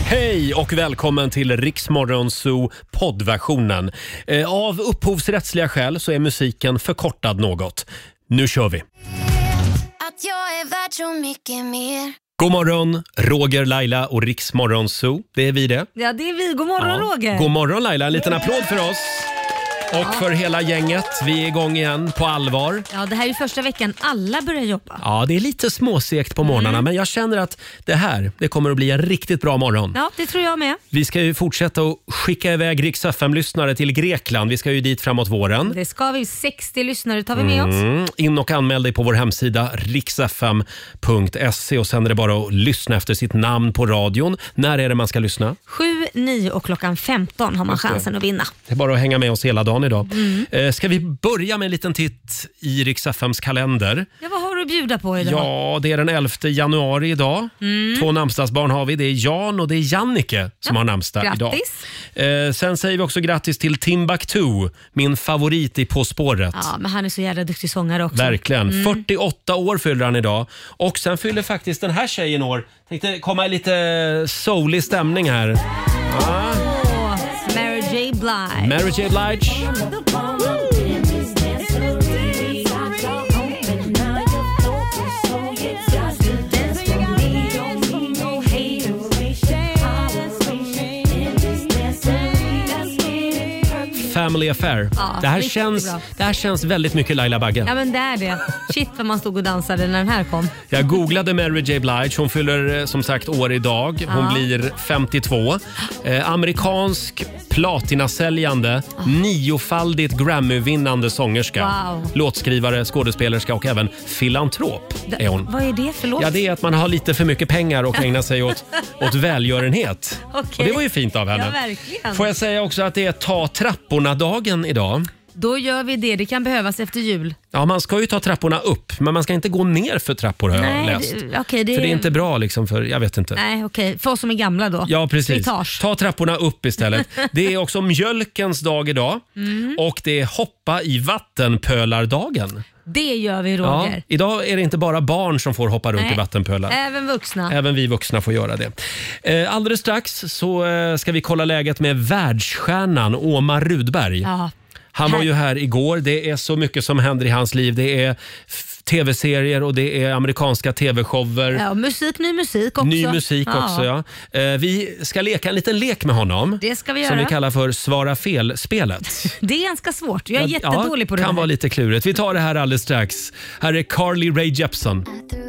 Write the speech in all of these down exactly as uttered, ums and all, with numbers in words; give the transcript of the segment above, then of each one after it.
Hej och välkommen till Rix Morgon Zoo poddversionen. Eh, av upphovsrättsliga skäl så är musiken förkortad något. Nu kör vi. Att jag är värd så mycket mer. God morgon, Roger, Laila och Rix Morgon Zoo. Det är vi det. Ja, det är vi. God morgon, Ja. Roger. God morgon Laila, en liten applåd för oss. Och för hela gänget, vi är igång igen på allvar. Ja, det här är första veckan alla börjar jobba. Ja, det är lite småsegt på morgnarna, mm. men jag känner att det här, det kommer att bli en riktigt bra morgon. Ja, det tror jag med. Vi ska ju fortsätta att skicka iväg Rix F M-lyssnare till Grekland. Vi ska ju dit framåt våren. Det ska vi. sextio lyssnare tar vi med oss. Mm. In och anmäl dig på vår hemsida riks f m punkt se och sen är det bara att lyssna efter sitt namn på radion. När är det man ska lyssna? sju, nio och klockan femton har man chansen att vinna. Det är bara att hänga med oss hela dagen idag. Mm. Eh, ska vi börja med en liten titt i Rix F M:s kalender? Ja, vad har du att bjuda på idag? Ja, det är den elfte januari idag. Mm. Två namnsdagsbarn har vi. Det är Jan och det är Jannike som ja, har namnsdag idag. Eh, sen säger vi också grattis till Timbuktu, min favorit i På spåret. Ja, men han är så jävla duktig sångare också. Verkligen. Mm. fyrtioåtta år fyller han idag. Och sen fyller faktiskt den här tjejen år. Tänkte komma i lite soulig stämning här. Ja. Oh, Mary J. Blige. Mary J. Blige. Family Affair. Ja, det, här känns, det här känns väldigt mycket Laila Bagge. Ja, men det är det. Shit vad man stod och dansade när den här kom. Jag googlade Mary J. Blige. Hon fyller som sagt år idag. Hon ja. blir femtiotvå. Eh, amerikansk platinasäljande, oh. niofaldigt Grammy-vinnande sångerska. Wow. Låtskrivare, skådespelerska och även filantrop det, är hon. Vad är det för låt? Ja, det är att man har lite för mycket pengar och ägnar sig åt, åt välgörenhet. Okay. Och det var ju fint av henne. Ja, verkligen. Får jag säga också att det är ta trapporna-dagen idag. Då gör vi det. Det kan behövas efter jul. Ja, man ska ju ta trapporna upp, men man ska inte gå ner för trappor har jag Nej, läst. Det, okay, det... För det är inte bra liksom för, jag vet inte. Nej, okej. Okay. För oss som är gamla då. Ja, precis. Slitage. Ta trapporna upp istället. Det är också mjölkens dag idag. Mm. Och det är hoppa i vattenpölardagen. Det gör vi, Roger. Ja, idag är det inte bara barn som får hoppa runt Nej, i vattenpölar. Även vuxna. Även vi vuxna får göra det. Eh, alldeles strax så eh, ska vi kolla läget med världsstjärnan Omar Rudberg. Ja. Han var ju här igår. Det är så mycket som händer i hans liv. Det är f- tv-serier och det är amerikanska tv-shower. Ja, musik, ny musik också. Ny musik ja. också, ja. Eh, vi ska leka en liten lek med honom. Det ska vi göra. Som vi kallar för Svara fel-spelet. Det är ganska svårt. Jag är ja, jättedålig ja, på det kan här. vara lite klurigt. Vi tar det här alldeles strax. Här är Carly Rae Jepsen.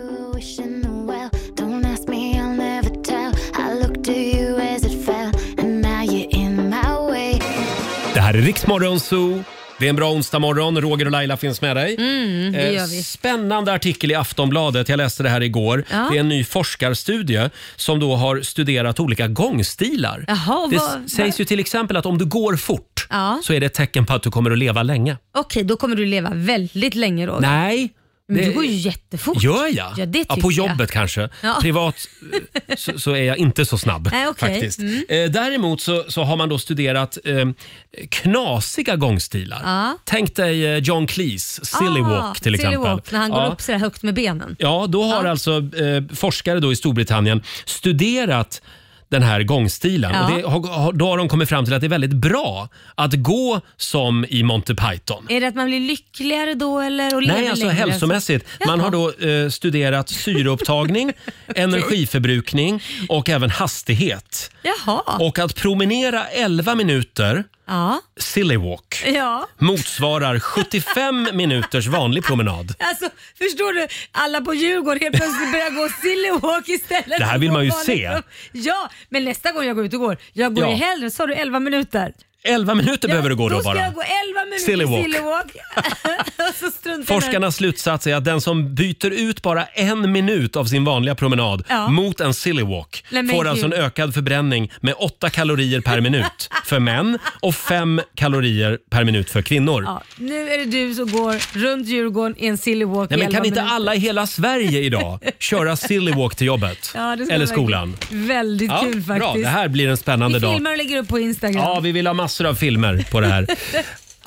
Det här är Rix Morgon Zoo. Det är en bra onsdag morgon. Roger och Laila finns med dig. Mm, det gör vi. Spännande artikel i Aftonbladet. Jag läste det här igår. Ja. Det är en ny forskarstudie som då har studerat olika gångstilar. Jaha, det vad, sägs vad? ju till exempel att om du går fort ja. så är det ett tecken på att du kommer att leva länge. Okej, då kommer du leva väldigt länge, Roger. Nej. Men det... du går ju jättefort. Gör jag? Ja, det ja, på jag. jobbet kanske. Ja. Privat så, så är jag inte så snabb. Nej, okay. faktiskt. Mm. Eh, däremot så, så har man då studerat eh, knasiga gångstilar. Ja. Tänk dig eh, John Cleese, Silly ah, Walk till Silly exempel. Walk, när han ja. går upp så där högt med benen. Ja, då har ja. alltså eh, forskare då i Storbritannien studerat den här gångstilen. Ja. Och det, då har de kommit fram till att det är väldigt bra att gå som i Monty Python. Är det att man blir lyckligare då eller? Och Nej, alltså längre? hälsomässigt. Jaha. Man har då eh, studerat syreupptagning, energiförbrukning och även hastighet. Jaha. Och att promenera elva minuter ja. Silly Walk ja. motsvarar sjuttiofem minuters vanlig promenad. Alltså, förstår du? Alla på Djurgården helt plötsligt börjar gå Silly Walk istället. Det här vill man ju se. Ja, men nästa gång jag går ut och går, jag går ja. ju hellre, sa du elva minuter. elva minuter ja, behöver du gå då, då bara. Då ska jag gå elva minuter Silly Walk. Silly Walk. Så forskarnas slutsats är att den som byter ut bara en minut av sin vanliga promenad ja. mot en Silly Walk Nej, får Gud. alltså en ökad förbränning med åtta kalorier per minut för män och fem kalorier per minut för kvinnor. Ja, nu är det du som går runt Djurgården i en Silly Walk. Nej, men kan inte minuter. alla i hela Sverige idag köra Silly Walk till jobbet? Ja, det eller skolan? Väldigt ja, kul faktiskt. Bra, det här blir en spännande vi dag. Vi filmar och lägger upp på Instagram. Ja, vi vill ha massor av filmer på det här.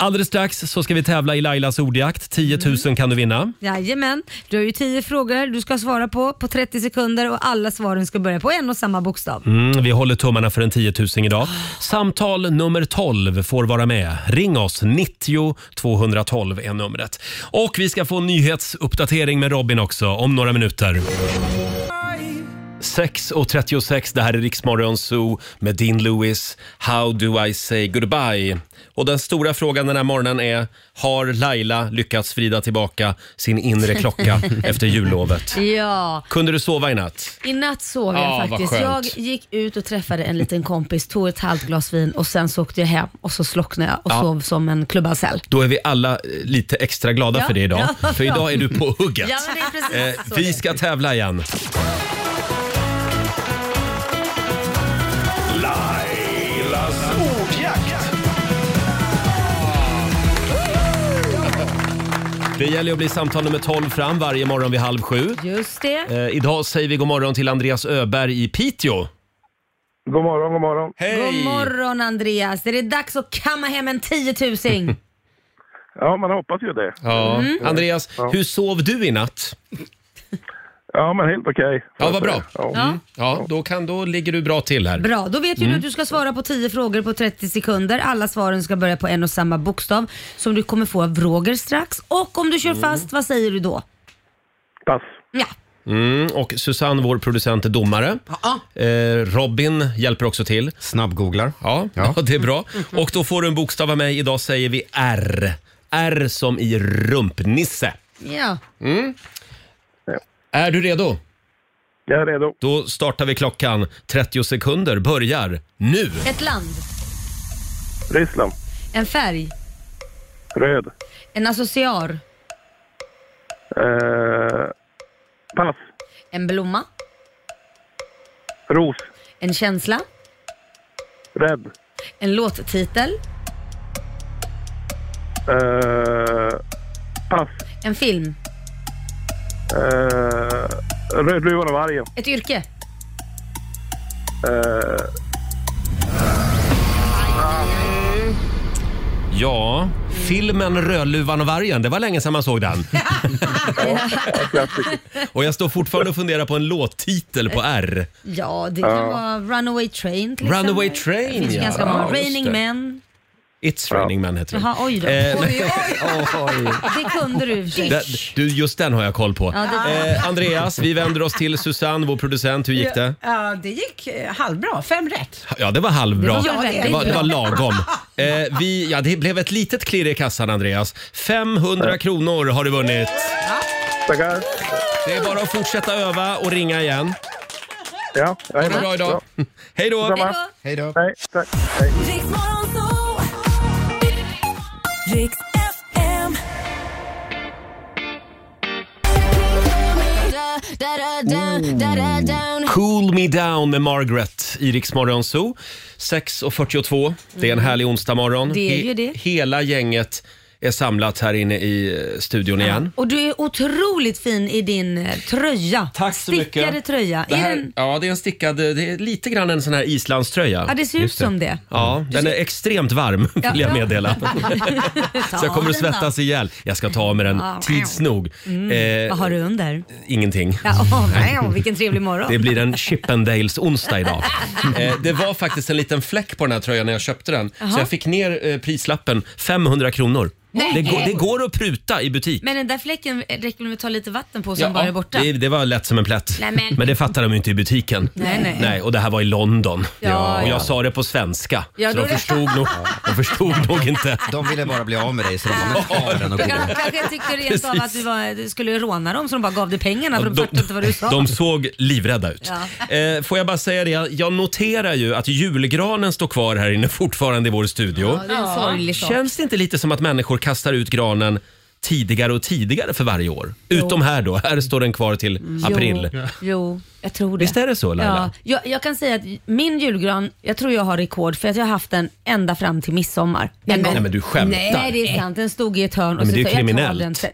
Alldeles strax så ska vi tävla i Lailas ordjakt. tio tusen kan du vinna. Jajamän. Du har ju tio frågor du ska svara på på trettio sekunder och alla svaren ska börja på en och samma bokstav. Mm, vi håller tummarna för en tio tusen idag. Samtal nummer tolv får vara med. Ring oss, nittio tvåhundratolv är numret. Och vi ska få en nyhetsuppdatering med Robin också om några minuter. sex och trettiosex, det här är Rix Morgon Zoo med Dean Lewis. How do I say goodbye? Och den stora frågan den här morgonen är: har Laila lyckats vrida tillbaka sin inre klocka efter jullovet? Ja. Kunde du sova i natt? I natt sov jag Ja, faktiskt. vad Jag skönt. gick ut och träffade en liten kompis, tog ett halvt glas vin och sen så åkte jag hem och så slocknade jag och Ja. sov som en klubbad säl. Då är vi alla eh, lite extra glada Ja. för det idag. Ja. För idag är du på hugget. Ja, men det är precis Eh, så vi det är. ska tävla igen. Lailas ordjakt. Det gäller att bli samtal nummer tolv fram varje morgon vid halv sju. Just det. Eh, idag säger vi god morgon till Andreas Öberg i Piteå. God morgon, god morgon. Hej! God morgon Andreas. Det är dags att kamma hem en tiotusing. Ja, man hoppas ju det. Ja. Mm. Andreas, Ja. hur sov du i natt? Ja, men helt okej. Ja, vad bra. Ja. Ja. Ja, då, kan, då ligger du bra till här. Bra, då vet ju du att du ska svara på tio frågor på trettio sekunder. Alla svaren ska börja på en och samma bokstav som du kommer få av Roger strax. Och om du kör fast, vad säger du då? Pass. Ja. Mm, och Susanne, vår producent, är domare. Eh, Robin hjälper också till. Snabbgooglar. Ja, ja. det är bra. Och då får du en bokstav av mig. Idag säger vi R. R som i rumpnisse. Ja. Är du redo? Jag är redo. Då startar vi klockan. trettio sekunder börjar nu. Ett land. Ryssland. En färg. Röd. En associar. Eh, pass. En blomma. Ros. En känsla. Rädd. En låttitel. Eh, pass. En film. Eh, Rödluvan och vargen. Ett yrke. Eh, Ja, filmen Rödluvan och vargen. Det var länge sedan man såg den. klassiker. Och jag står fortfarande och funderar på en låttitel på R. Ja, det kan vara Runaway Train till Runaway exempel. Train, Det finns ju ja. ganska många. Ja, just Raining det. Men. It's Raining Men heter den. Jaha, oj då. Eh, men- oj, oj. Det kunde du. Den- du, just den har jag koll på. Ja, det- Eh, Andreas, vi vänder oss till Susanne, vår producent. Hur gick det? Ja, det gick eh, halvbra. Fem rätt. Ja, det var halvbra. Det var väldigt det, var, det var bra. lagom. Eh, vi, ja, det blev ett litet klirr i kassan, Andreas. femhundra kronor har du vunnit. Tackar. Det är bara att fortsätta öva och ringa igen. Ja, Ha det bra idag. Hej då! Detsamma. Hej då. Hej, tack. Hej. Rix Morgon Zoo. Rix F M. Da, da, da, da, da, down. Cool Me Down med Margaret i Rix Morgon Zoo. sex och fyrtiotvå. Det är en härlig onsdagmorgon. Det är ju det. Hela gänget är samlat här inne i eh, studion igen. Och du är otroligt fin i din eh, tröja. Tack så mycket. Stickade tröja. Det Är här, den... Ja, det är en stickad, det är lite grann en sån här islandströja. Ja, det ser ut som det. Ja, den är extremt varm vill jag Ja. meddela. Så jag kommer att svettas ihjäl. Jag ska ta av mig den Ja. tids nog. Eh, Vad har du under? Ingenting. Ja, åh, nej, åh, vilken trevlig morgon. Det blir en Chippendales onsdag idag. Eh, det var faktiskt en liten fläck på den här tröjan när jag köpte den. Så jag fick ner eh, prislappen femhundra kronor. Det går, det går att pruta i butik. Men den där fläcken räcker väl att ta lite vatten på som bara är borta? det, det var lätt som en plätt. Nej, men- men... det fattar de ju inte i butiken. Nej, nej. nej och det här var i London. Ja, och jag ja. sa det på svenska. Ja, så då de är det- förstod, nog, de förstod nog inte. De ville bara bli av med dig så de var kvar den och De gå. kan- kanske tyckte rent av Precis. att du, var, du skulle råna dem så de bara gav dig pengarna för de, De, fattade inte vad du sa. de såg livrädda ut. Ja. Eh, får jag bara säga det, jag noterar ju att julgranen står kvar här inne fortfarande i vår studio. Ja, det är en sorglig sak. Känns det inte lite som att människor kastar ut granen tidigare och tidigare för varje år? Utom här då, här står den kvar till april. Jo, jo, jag tror det. Visst är det så, Laila? Ja, jag, jag kan säga att min julgran, jag tror jag har rekord för att jag har haft den ända fram till midsommar. En gång. Nej men du skämtar. Nej, det är sant. Den stod i ett hörn och men så det är sa ju jag, jag tar kriminellt. den sen.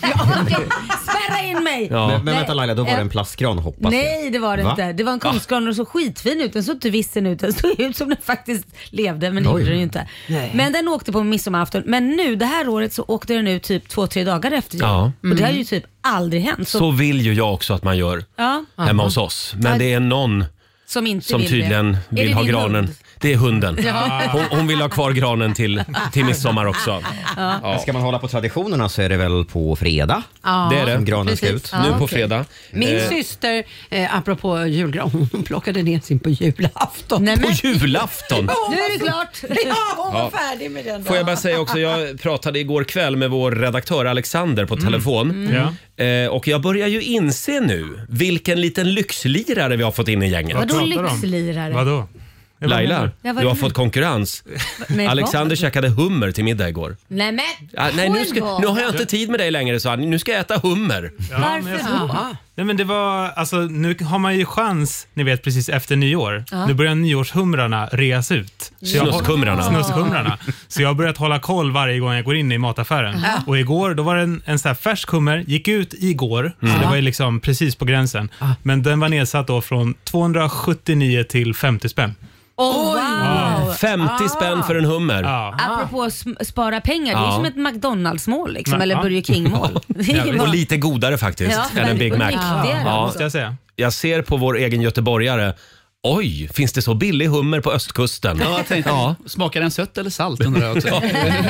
Spärra in mig! Ja. Men, men vänta Laila, då var det en plastgran hoppas Nej, det var det Va? inte. Det var en kungsgran och så skitfin ut. Den såg inte vissen ut. Den såg ut som den faktiskt levde, men det gjorde den ju inte. Nej. Men den åkte på midsommarafton. Men nu, det här året, så åkte den ut typ två, tre dagar efter jul. Ja. Och det har ju typ aldrig hänt. Så, Så vill ju jag också att man gör ja, hemma hos oss. Men det är någon som inte som vill tydligen det. Är vill det ha din granen. hund? Det är hunden. Hon, hon vill ha kvar granen till, till midsommar också. Ja. Ska man hålla på traditionerna så är det väl på fredag Ja, Det är det. som granen ska precis. ut. Ja, Nu på okej. fredag. Min Eh, syster, eh, apropå julgran, hon plockade ner sin på julafton. Nej, på men, julafton. nu är det klart. Ja, hon var färdig med den. Får jag bara säga också, jag pratade igår kväll med vår redaktör Alexander på telefon. Ja. Eh, och jag börjar ju inse nu vilken liten lyxlirare vi har fått in i gänget. Vadå pratar du om? lyxlirare? Vadå? Jag bara, Laila, Ja, vad du har är det? fått konkurrens. Nej, Alexander vad? käkade hummer till middag igår. Nej men, Ja, nej, nu, ska, Oj, nu har jag inte tid med dig längre, så nu ska jag äta hummer. Ja, men jag- varför då? Nej men det var, alltså nu har man ju chans, ni vet precis efter nyår. Nu börjar nyårshumrarna reas ut. Så jag har- Snuskhumrarna. Snuskhumrarna. Så jag har börjat hålla koll varje gång jag går in i mataffären. Och igår, då var det en, en sån här färsk hummer, gick ut igår, så det var ju liksom precis på gränsen. Men den var nedsatt då från tvåhundrasjuttionio till femtio spänn. Oh, wow. femtio spänn för en hummer. Ja. Apropå sm- spara pengar, det är ju Ja. som ett McDonalds-mål liksom, Men, eller ja. Burger King-mål. Det är ju Och bara- lite godare faktiskt Ja, än en Big och Mac. riktigare Ja. Måste jag säga. Jag ser på vår egen göteborgare. Oj, finns det så billig hummer på östkusten? Ja, jag tänkte, Ja. smakar den sött eller salt undrar jag också.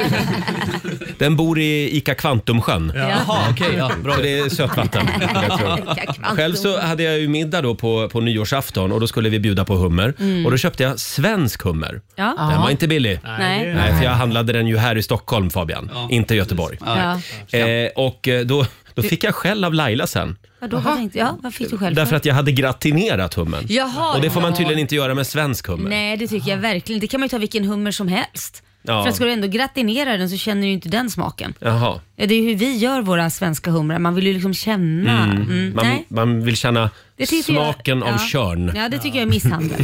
Den bor i Ica Kvantumsjön. Jaha, okej, ja, bra. Så det är sötvatten. jag tror. Ica Kvantum. Själv så hade jag ju middag då på, på nyårsafton och då skulle vi bjuda på hummer. Och då köpte jag svensk hummer. Ja. Den var inte billig. Nej. det- Nej, för jag handlade den ju här i Stockholm, Fabian. Ja. Inte i Göteborg. Ja. Eh, och eh, då, då fick jag skäll av Laila sen. Vadå, vad tänkte jag? Vad fick du själv Därför att jag hade gratinerat hummen. Jaha, Och det får man ja. tydligen inte göra med svensk hummer. Nej, det tycker jag verkligen. Det kan man ju ta vilken hummer som helst. Ja. För att ska du ändå gratinera den så känner du ju inte den smaken. Jaha. Ja, det är ju hur vi gör våra svenska humrar. Man vill ju liksom känna. Mm. Man, Nej, man vill känna det tycker jag- smaken av ja. körn. Ja, det tycker jag är misshandel.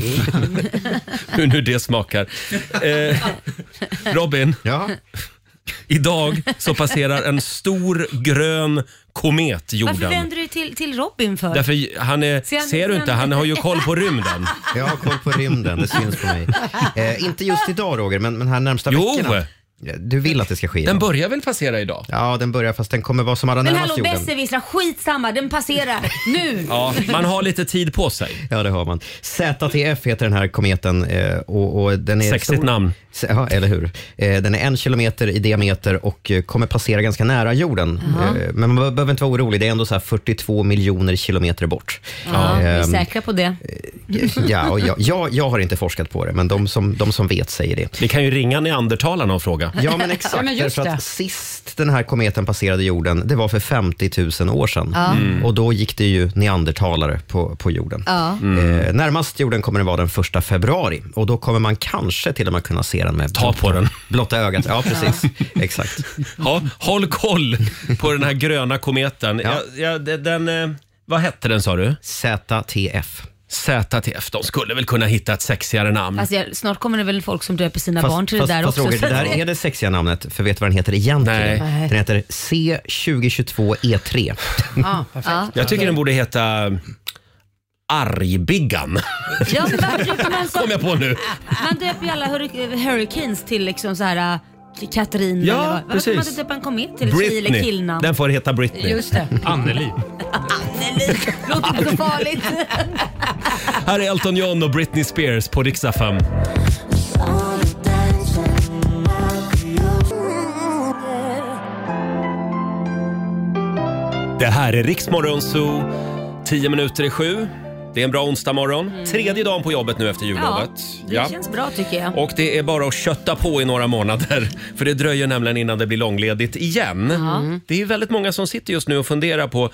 Hur nu det smakar. Eh, Robin, Ja. idag så passerar en stor grön komet jorden. Varför vänder du till, till Robin för? Därför han är, Ser han- ser du inte, han har ju koll på rymden. Jag har koll på rymden, det syns på mig. Eh, inte just idag Roger, men, men här närmsta Jo. veckorna. Du vill att det ska ske Den idag. börjar väl passera idag? Ja, den börjar fast den kommer vara som allra Men närmast hallå jorden. besserwissrar, skitsamma, den passerar nu. Ja, man har lite tid på sig. Ja, det har man. Z T F heter den här kometen eh, och, och den är Sexigt namn. Ja, eller hur. Eh, den är en kilometer i diameter och eh, kommer passera ganska nära jorden. Eh, men man behöver inte vara orolig, det är ändå så här fyrtiotvå miljoner kilometer bort. Ja, vi är Ehm, säkra på det. Ja, och jag, jag, jag har inte forskat på det, men de som, de som vet säger det. Vi kan ju ringa neandertalarna och fråga. Ja, men exakt. Ja, men just därför det. att sist den här kometen passerade jorden, det var för femtio tusen år sedan. Mm. Och då gick det ju neandertalare på, på jorden. Ja. Eh, närmast jorden kommer det vara den första februari. Och då kommer man kanske till och med kunna se den med Ta på den. blotta ögat. Ja, precis. Exakt. Ja, håll koll på den här gröna kometen. Ja. Ja, ja, den, den, eh, vad hette den sa du? Z T F. Z T F. De skulle väl kunna hitta ett sexigare namn. Alltså, jag, snart kommer det väl folk som döper sina barn till fast, det där fast också. Roger, det där är det sexiga namnet. För vet du vad den heter egentligen? Nej. Den heter C tjugo tjugotvå E tre. Ja, perfekt. Ja. Jag tycker den borde heta Argbiggan. Ja, men varför döper man så? Kom jag på nu. Man döper ju alla hur- hurricanes till liksom så här äh, Katrin Ja, eller vad. Varför precis. kan man inte döpa en komet till ett tjej eller Britney. killnamn? Den får heta Britney. Just det. Anneli. Anneli, låter inte så farligt. Här är Elton John och Britney Spears på Rix F M. Det här är Rix Morgon Zoo. Tio minuter i sju. Det är en bra onsdag morgon. Tredje dagen på jobbet nu efter jullovet. Det känns bra tycker jag. Och det är bara att kötta på i några månader. För det dröjer nämligen innan det blir långledigt igen. Det är ju väldigt många som sitter just nu och funderar på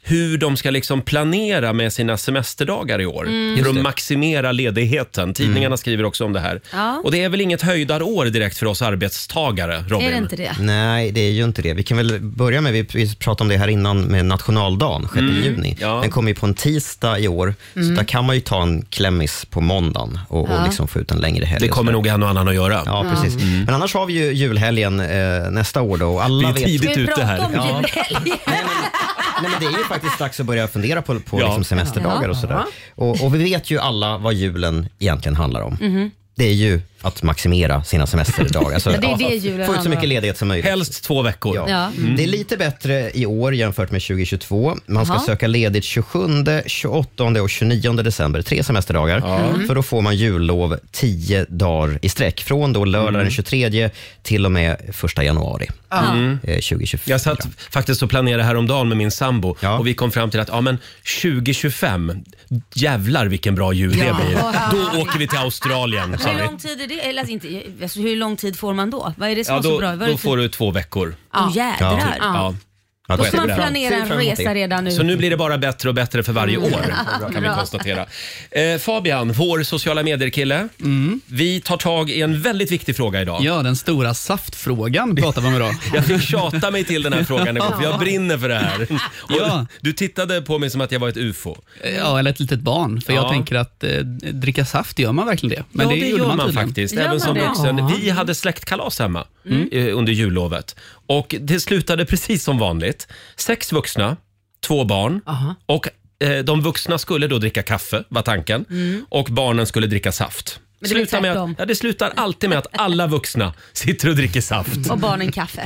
hur de ska liksom planera med sina semesterdagar i år. Mm. För att maximera ledigheten. Tidningarna mm. skriver också om det här. Ja. Och det är väl inget höjdarår direkt för oss arbetstagare, Robin? Är det inte det? Nej, det är ju inte det. Vi kan väl börja med, vi, vi pratade om det här innan med nationaldagen, sjätte Mm. juni. Ja. Den kommer ju på en tisdag i år, Mm. så där kan man ju ta en klämmis på måndagen och, Ja. och liksom få ut en längre helg. Det och kommer sådär. nog en och annan att göra. Ja, precis. Mm. Men annars har vi ju julhelgen eh, nästa år då. Och alla Det är vet... tidigt Ska vi ute prata här. om Ja. julhelgen? Nej, men det är ju faktiskt dags att börja fundera på, på Ja. liksom semesterdagar och sådär. Och, och vi vet ju alla vad julen egentligen handlar om. Mhm. Det är ju att maximera sina semesterdagar. Alltså, Ja, det är det julen få ut så handlar mycket om. ledighet som möjligt. Helst två veckor. Ja. Ja. Det är lite bättre i år jämfört med tjugo tjugotvå. Man ska Jaha. söka ledigt tjugosjunde, tjugoåttonde och tjugonionde december. Tre semesterdagar. Mm. För då får man jullov tio dagar i sträck. Från då lördag den tjugotredje till och med första januari Mm. eh, tjugo tjugofyra. Jag satt faktiskt och planerade häromdagen med min sambo Ja. och vi kom fram till att ja, men tjugo tjugofem, jävlar vilken bra jul det blir. Då åker vi till Australien, sa Hur vi. lång tid är det? Eller alltså inte, alltså, hur lång tid får man då? Vad är det som Ja, är så då, bra? Vad är då det för- får du två veckor. Åh jädrar. Ja. Ja. Ja, Då ska man Ser planera en fram emot resa det. redan nu. Så nu blir det bara bättre och bättre för varje år, kan vi Bra. konstatera. Eh, Fabian, vår sociala medier-kille. Vi tar tag i en väldigt viktig fråga idag. Ja, den stora saftfrågan pratar vi om idag. Jag fick tjata mig till den här frågan igår, för jag brinner för det här. Och Ja. Du tittade på mig som att jag var ett ufo. Ja, eller ett litet barn. För Ja. jag tänker att eh, dricka saft, gör man verkligen det? Men ja, det, gjorde gör man, tydligen. faktiskt, Gör även man som det? vuxen. Vi hade släktkalas hemma eh, under jullovet. Och det slutade precis som vanligt. Sex vuxna, två barn. Och eh, de vuxna skulle då dricka kaffe, var tanken. Och barnen skulle dricka saft. Men det blir Slutar med tvärtom. att, ja, det slutar alltid med att alla vuxna sitter och dricker saft. Och barnen kaffe.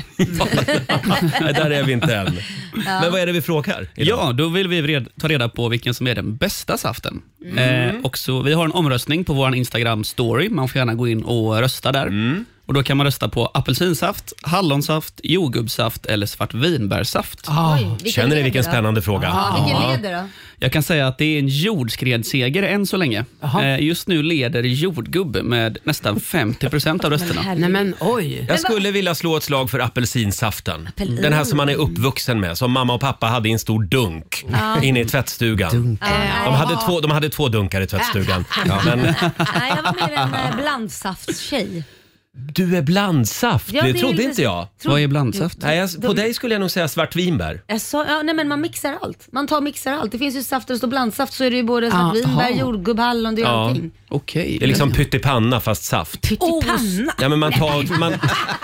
Nej, där är vi inte än. Men vad är det vi frågar idag? Ja, då vill vi red, ta reda på vilken som är den bästa saften. Mm. Eh, och så, vi har en omröstning på vår Instagram-story. Man får gärna gå in och rösta där. Mm. Och Då kan man rösta på apelsinsaft, hallonsaft, jordgubbssaft eller svartvinbärsaft. Oj, vilken Känner ni leder vilken då? spännande fråga? Ja, vilken leder då? Jag kan säga att det är en jordskredsseger än så länge. Eh, just nu leder jordgubb med nästan femtio procent av rösterna. herregud. Nej men oj. Jag skulle vilja slå ett slag för apelsinsaften. Den här som man är uppvuxen med, som mamma och pappa hade i en stor dunk inne i tvättstugan. De hade, två, de hade två dunkar i tvättstugan. Men Nej, jag var mer en eh, blandsaftstjej. du är blandsaft, Ja, det, det är trodde lite- inte jag. Vad är blandsaft? Nej, jag, på dig skulle jag nog säga svartvinbär. Jag sa, ja, nej men man mixar allt. Man tar och mixar allt. Det finns ju saft där det står blandsaft, så är det ju både svartvinbär, aha. jordgubb, hallon, det är Ja. allting. Okej. Det är liksom pyttipanna fast saft. Pyttipanna. Ja, men man, tar, man,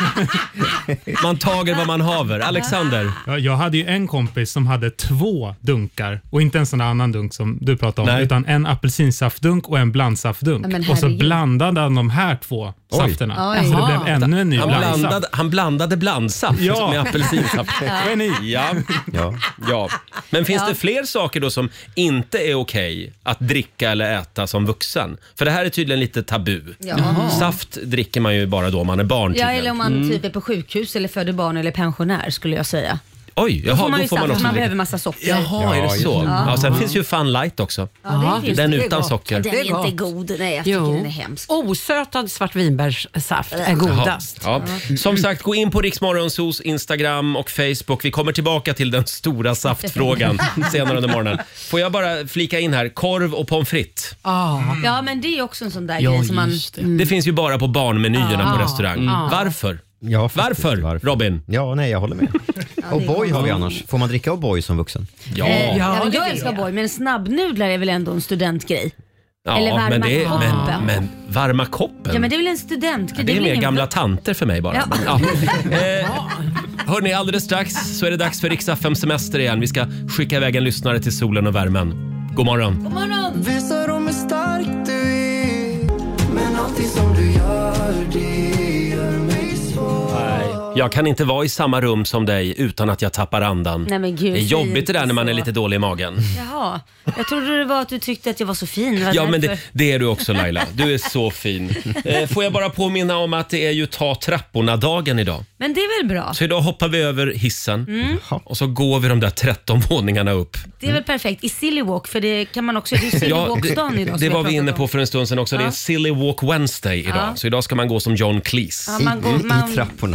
man tager vad man haver. Alexander. Ja, jag hade ju en kompis som hade två dunkar och inte en sån där annan dunk som du pratade om, Nej. utan en apelsinsaftdunk och en blandsaftdunk. Ja, men och så herregud. blandade han de här två safterna. Oj. Så det blev ännu en ny Han blandsaft. blandade, han blandade blandsaft Ja. med apelsinsaft. Geni. Ja. Ja. Ja. Men finns Ja. det fler saker då som inte är okej att dricka eller äta som vuxen? För det här är tydligen lite tabu. Ja. Saft dricker man ju bara då man är barn Ja, tydligen. eller om man typ är på sjukhus eller föder barn eller pensionär skulle jag säga. Oj, jaha, Då får man då ju får man saft, också man dricka. behöver massa socker. Jaha, är det Ja, så? Ja, sen finns ju Fun Light också. Ja, det finns Den det. utan gott. socker. Den Det är är inte gott. god. Nej, jag tycker Jo. den är hemsk. Osötad svartvinbärssaft är godast. Ja. Som sagt, gå in på Riksmorgonsos Instagram och Facebook. Vi kommer tillbaka till den stora saftfrågan senare under morgonen. Får jag bara flika in här, korv och pommes frites. Ja, men det är ju också en sån där Ja, grej som man... just det. Det finns ju bara på barnmenyerna på restaurang. Varför? Ja, faktiskt. Varför, Robin? Ja, nej, jag håller med. Och boy har vi annars. Får man dricka O'boy som vuxen? Ja, Eh, ja, Ja, men det jag vill älskar jag. boy, men snabbnudlar är väl ändå en studentgrej? ja eller varma men, det är, men, koppen. men varma koppen? Ja, men det är väl en studentgrej? det är väl mer ingen- gamla tanter för mig bara. Ja. Men, ja. Eh, hörrni, alldeles strax så är det dags för Rix F M semester igen. Vi ska skicka iväg en lyssnare till solen och värmen. God morgon. God morgon! Visa dem hur stark du är. Men allting som du gör, det gör mig svår. Nej, jag kan inte vara i samma rum som dig utan att jag tappar andan. Nej, men gud, det är säg jobbigt det där inte när man är så. lite dålig i magen. Jaha, jag trodde det var att du tyckte att jag var så fin. Det var Ja, men det, därför. det är du också, Laila. Du är så fin. Eh, får jag bara påminna om att det är ju ta trapporna-dagen idag. Men det är väl bra? Så idag hoppar vi över hissen Mm. och så går vi de där tretton våningarna upp. Det är väl perfekt. I Silly Walk, för det kan man också... Det är Silly Ja, Walk-dagen det, idag. det som var jag vi inne pratat på om. för en stund sedan också. Det är Ja. Silly Walk Wednesday idag. Ja. Så idag ska man gå som John Cleese. Ja, man går, man, I trapporna. I Precis,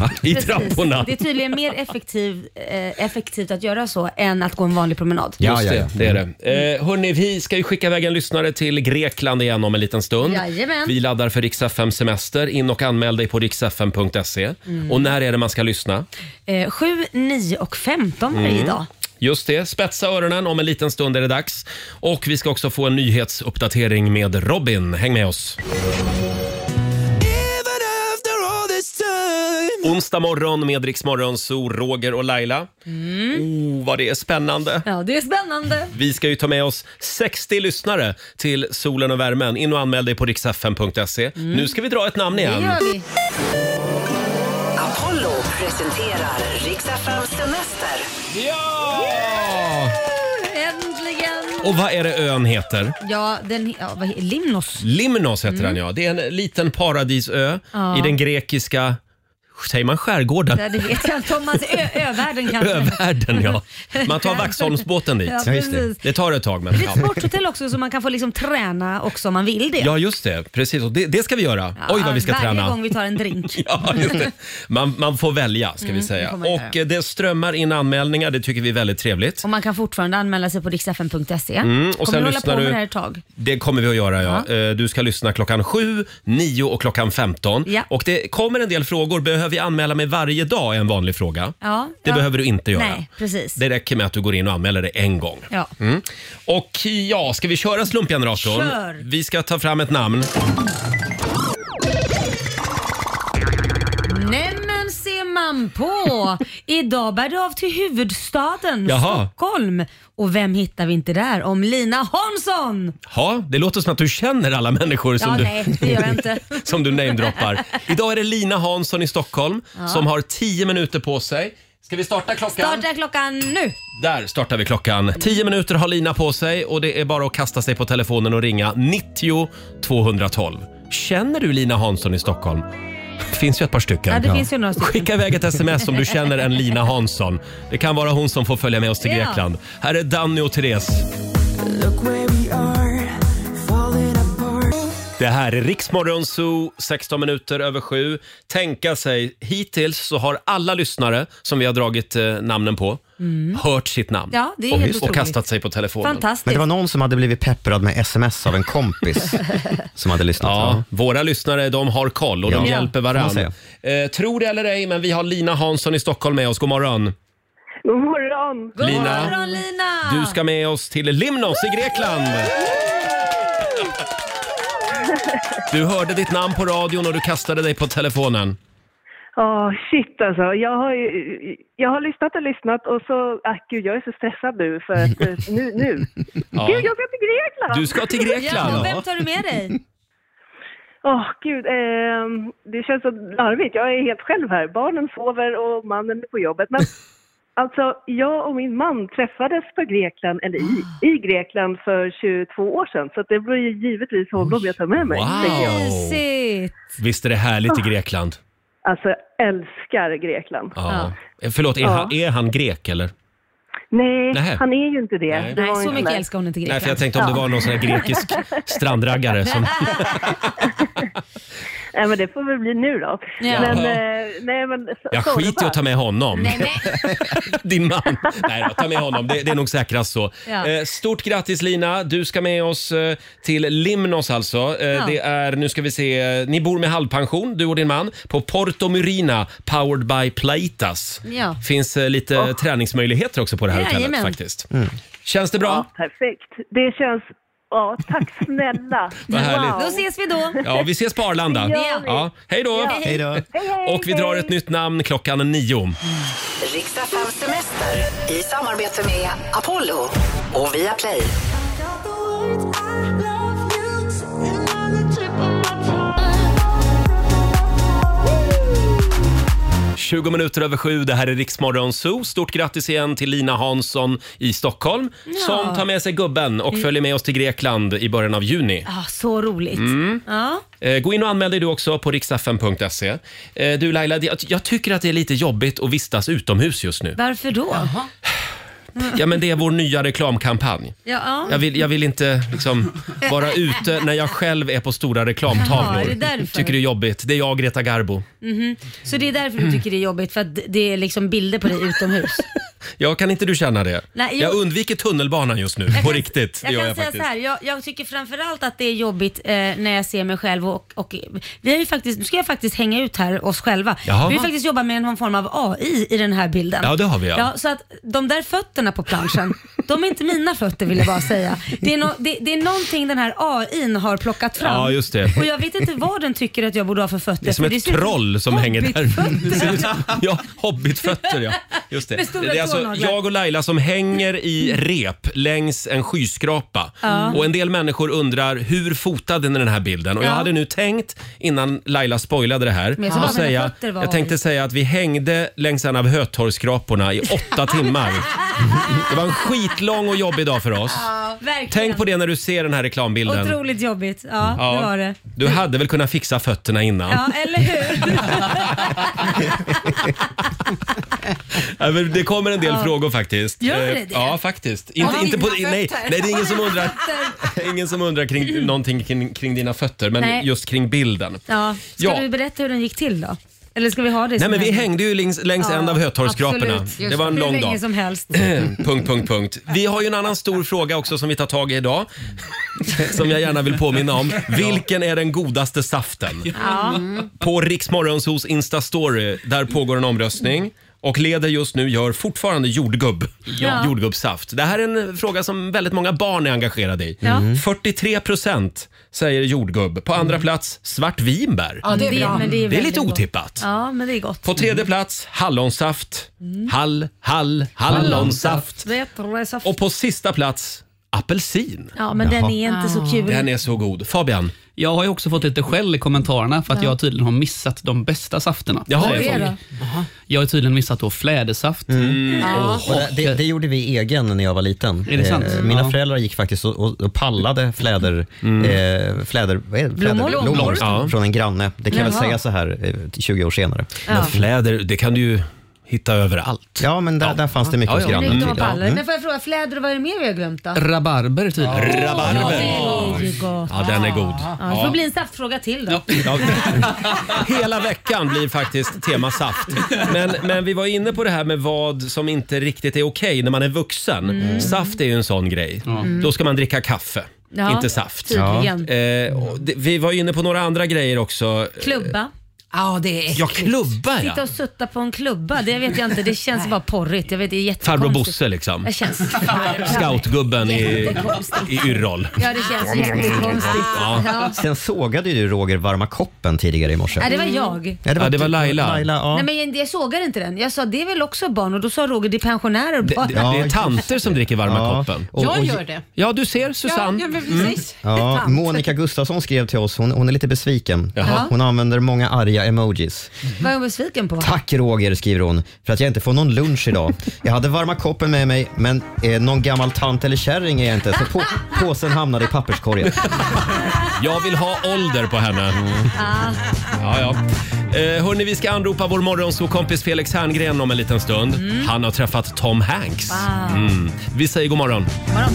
trapporna. Det är tydligen mer effektiv, eh, effektivt att göra så än att gå en vanlig promenad. Ja, just det, det är det. Eh, hörrni, vi ska ju skicka iväg en lyssnare till Grekland igen om en liten stund. Jajamän. Vi laddar för Rix F M semester. In och anmäl dig på rix f m punkt se. Mm. Och när är det man ska lyssna? Eh, sju, nio och femton varje Mm. dag. Just det, spetsa öronen, om en liten stund är det dags. Och vi ska också få en nyhetsuppdatering med Robin. Häng med oss. Onsdag morgon med Rix Morgon, så Roger och Laila. Mm. Oh, vad det är spännande. Ja, det är spännande. Vi ska ju ta med oss sextio lyssnare till solen och värmen. In och anmäl dig på rix f m punkt se. Mm. Nu ska vi dra ett namn igen. Det gör vi. Apollo presenterar Rix F M semester. Ja! Äntligen! Och vad är det ön heter? Ja, den, ja vad, Limnos. Limnos heter Mm. den, ja. Det är en liten paradisö Ja. i den grekiska... Säger man skärgården? Ja, det vet jag inte om man säger ö- övärlden kanske. Övärlden, ja. Man tar Vaxholmsbåten dit. Ja, Ja, just det. precis. Det tar ett tag. Men, Det är ett ja. sporthotell också så man kan få liksom träna också om man vill det. Ja, just det. Precis. Och det, det ska vi göra. Ja, Oj, vad vi ska varje träna. gång vi tar en drink. Ja, just det. Man, man får välja, ska Mm, vi det säga. får man göra. Och eh, det strömmar in anmälningar. Det tycker vi är väldigt trevligt. Och man kan fortfarande anmäla sig på rix f m punkt se. Mm, och Kommer sen du hålla lyssnar på med du- det här ett tag? Det kommer vi att göra, ja. Eh, Du ska lyssna klockan sju, nio och klockan femton. Ja. Och det kommer en del frågor. Behöver jag anmäla mig varje dag är en vanlig fråga. Ja, Det ja. behöver du inte göra. Nej, precis. Det räcker med att du går in och anmäler dig en gång. Ja. Mm. Och ja, ska vi köra slumpgeneratorn? Kör. Vi ska ta fram ett namn. Nämen ser man på! Idag bär det av till huvudstaden Jaha. Stockholm. Och vem hittar vi inte där om Lina Hansson? Ja, det låter som att du känner alla människor som, Ja, du, nej, det gör jag inte. som du namedroppar. Idag är det Lina Hansson i Stockholm Ja. som har tio minuter på sig. Ska vi starta klockan? Starta klockan nu! Där startar vi klockan. Tio minuter har Lina på sig och det är bara att kasta sig på telefonen och ringa nittio tvåhundratolv. Känner du Lina Hansson i Stockholm? Det finns ju ett par stycken. Ja, det finns ju några stycken. Skicka iväg ett sms om du känner en Lina Hansson. Det kan vara hon som får följa med oss till Ja. Grekland. Här är Danny och Therese. Det här är Riksmorgon Zoo, sexton minuter över sju. Tänka sig, hittills så har alla lyssnare som vi har dragit eh, namnen på Mm. hört sitt namn. Ja, det är och, helt och otroligt. kastat sig på telefonen. Fantastiskt. Men det var någon som hade blivit pepprad med sms av en kompis som hade lyssnat. Ja, våra lyssnare de har koll och de Ja. hjälper Får man varandra. Eh, tror det eller ej, men vi har Lina Hansson i Stockholm med oss. God morgon. God morgon! God Lina. morgon Lina! Du ska med oss till Limnos i Grekland. Du hörde ditt namn på radion och du kastade dig på telefonen. Ja, shit alltså. Jag har, ju, jag har lyssnat och lyssnat och så... Ah, gud, jag är så stressad nu för att eh, nu... nu. Ja. Gud, jag ska till Grekland! Du ska till Grekland. Ja, och vem tar du med dig? Åh, gud. Eh, det känns så larvigt. Jag är helt själv här. Barnen sover och mannen är på jobbet. Men alltså, jag och min man träffades på Grekland, eller i, i Grekland för tjugotvå år sedan. Så att det blir givetvis honom jag tar med mig. tänker jag. Wow. Mysigt. Visst är det härligt i Grekland? Alltså, jag älskar Grekland. Ja. Förlåt, är, Ja. han, är han grek eller? Nej, Nähä. han är ju inte det. Nej. Det var Nej, så en mycket sån där- älskar hon inte Grekland. Nej, för jag tänkte om det var någon sån här grekisk strandraggare som... Nej, men det får väl bli nu då. Ja. Men, Ja. eh, nej, men så, Jag så är det skiter i bara. att ta med honom. Nej, nej. Din man. Nej då, ta med honom. Det, det är nog säkrast så. Ja. Eh, stort grattis Lina. Du ska med oss eh, till Limnos alltså. Eh, Ja. Det är, nu ska vi se, eh, ni bor med halvpension, du och din man, på Porto Murina, powered by Plaitas. Ja. Finns eh, lite träningsmöjligheter också på det här hotellet Jajamän. faktiskt. Känns det bra? Ja, perfekt. Det känns... Ja, tack snälla. Vad härligt. Då ses vi då. Ja, vi ses på Arlanda. Det gör vi. Ja, hej då! Ja. Hej då. Hej, hej, Och vi drar hej. ett nytt namn klockan nio. Rix F M semester i samarbete med Apollo och Viaplay. tjugo minuter över sju, det här är Riksmorgon Zoo. Stort grattis igen till Lina Hansson i Stockholm som tar med sig gubben och följer med oss till Grekland i början av juni. Ah, så roligt. Mm. Ja. Eh, Gå in och anmäl dig du också på rix f m punkt se. Eh, Du Laila, det- jag tycker att det är lite jobbigt att vistas utomhus just nu. Varför då? Ja, men det är vår nya reklamkampanj. Ja. Jag vill, jag vill inte liksom vara ute när jag själv är på stora reklamtavlor. Jaha, är det därför? Tycker det är jobbigt. Det är jag, Greta Garbo. Mm-hmm. Så det är därför du tycker det är jobbigt, för att det är liksom bilder på dig utomhus? Ja, kan inte du känna det? Nej, jag... jag undviker tunnelbanan just nu, jag på kan, riktigt. Jag det kan jag säga faktiskt. så här, jag, jag tycker framförallt att det är jobbigt eh, när jag ser mig själv och, och vi har ju faktiskt, nu ska jag faktiskt hänga ut här oss själva. Jaha. Vi har ju faktiskt jobbat med någon form av A I i den här bilden. Ja, det har vi. Ja. Ja, så att de där fötterna på planschen, de är inte mina fötter, vill jag bara säga. Det är, no, det, det är någonting den här A I:n har plockat fram. Ja, just det. Och jag vet inte vad den tycker att jag borde ha för fötter. Det är som ett troll som hänger där. Ja, hobbitfötter, ja. Just det. Det är alltså jag och Laila som hänger i rep längs en skyskrapa. Ja. Och en del människor undrar, hur fotade ni den här bilden? Och jag ja. hade nu tänkt, innan Laila spoilade det här, jag, att säga, jag tänkte säga att vi hängde längs en av Hötorgsskraporna i åtta timmar. Det var en skitlång och jobbig dag för oss. Ja, tänk på det när du ser den här reklambilden. Otroligt jobbigt. Ja, ja, det var det. Du hade väl kunnat fixa fötterna innan? Ja, eller hur? Ja, men det kommer en del ja. frågor faktiskt. Gör det det? Ja, faktiskt. Inte, ja, inte på, nej, nej, det är ingen som undrar, ingen som undrar kring mm. någonting kring, kring dina fötter, men nej. just kring bilden. Ja. Ska ja. du berätta hur den gick till då? Eller ska vi ha det? Nej, men vi hängde ju längs, längs ja, en av Hötorgsskraporna. Det var en lång dag. Som helst. punkt, punkt, punkt. Vi har ju en annan stor fråga också som vi tar tag i idag. Som jag gärna vill påminna om. Vilken är den godaste saften? Ja. På Rix Morgonzos Insta-story, där pågår en omröstning. Och leder just nu gör fortfarande jordgubb. Ja. Jordgubbssaft. Det här är en fråga som väldigt många barn är engagerade i. Mm. fyrtiotre procent säger jordgubb. På andra plats svartvinbär. Ja, det är bra. Det, det är, det är lite otippat. Ja, men det är gott. På tredje plats hallonsaft. Mm. Hall, hall, hallonsaft. hallonsaft. Och på sista plats apelsin. Ja, men Jaha. den är inte så kul. Den är så god. Fabian? Jag har ju också fått lite skäll i kommentarerna för att ja. jag tydligen har missat de bästa safterna. Jaha, det är det. Jag har tydligen missat då flädersaft. Mm. Ja. Och det, det gjorde vi egen när jag var liten. Är det sant? Mina ja. föräldrar gick faktiskt och, och, och pallade fläder, mm. eh, fläder, vad är det? Blommor, Blommor ja. från en granne. Det kan jag väl säga så här eh, tjugo år senare. Ja. Men fläder, det kan du ju hitta överallt. Ja, men där, ja. där fanns det mycket ja, hos ja. grannen. Mm. Ja. Mm. Men får jag fråga, fläder, vad är det mer vi har glömt då? Rabarber tydligen. Ja. Rabarber. Ja, det är gott. Ja, den är god. Ja, det får ja. bli en saftfråga till då. Ja. Hela veckan blir faktiskt tema saft. Men, men vi var inne på det här med vad som inte riktigt är okej när man är vuxen. Mm. Saft är ju en sån grej. Mm. Då ska man dricka kaffe. Ja, inte saft. Ja. Eh, det, vi var inne på några andra grejer också. Klubba. Ja, det är äckligt. Ja, klubba ja. Sitta och sutta på en klubba, det vet jag inte. Det känns bara porrigt. Jag vet, det är jättekonstigt. Farbror Bosse liksom. Det känns Scoutgubben i, i Yrrol. Ja, det känns jättekonstigt. Ja. Ja. Sen sågade du Roger varma koppen tidigare i morse. Nej, det var jag. Ja, det var, ja, det var Laila. Laila ja. Nej, men jag sågade inte den. Jag sa, det är väl också barn. Och då sa Roger, det är pensionärer bara. Det, det, det är tanter som dricker varma ja. koppen. Och, och, jag gör det. Ja, du ser Susanne. Ja, ja, men precis. Mm. Ja, Monica Gustafsson skrev till oss. Hon, hon är lite besviken. Jaha. Hon använder många arga emojis. Vad är hon besviken på? Tack Roger, skriver hon, för att jag inte får någon lunch idag. Jag hade varma koppen med mig, men eh, någon gammal tant eller kärring är jag inte, så på, påsen hamnade i papperskorgen. Jag vill ha ålder på henne. Mm. Ja, ja. Eh, hörni, vi ska anropa vår morgonsåkompis Felix Herngren om en liten stund. Mm. Han har träffat Tom Hanks. Wow. Mm. Vi säger god morgon. God morgon.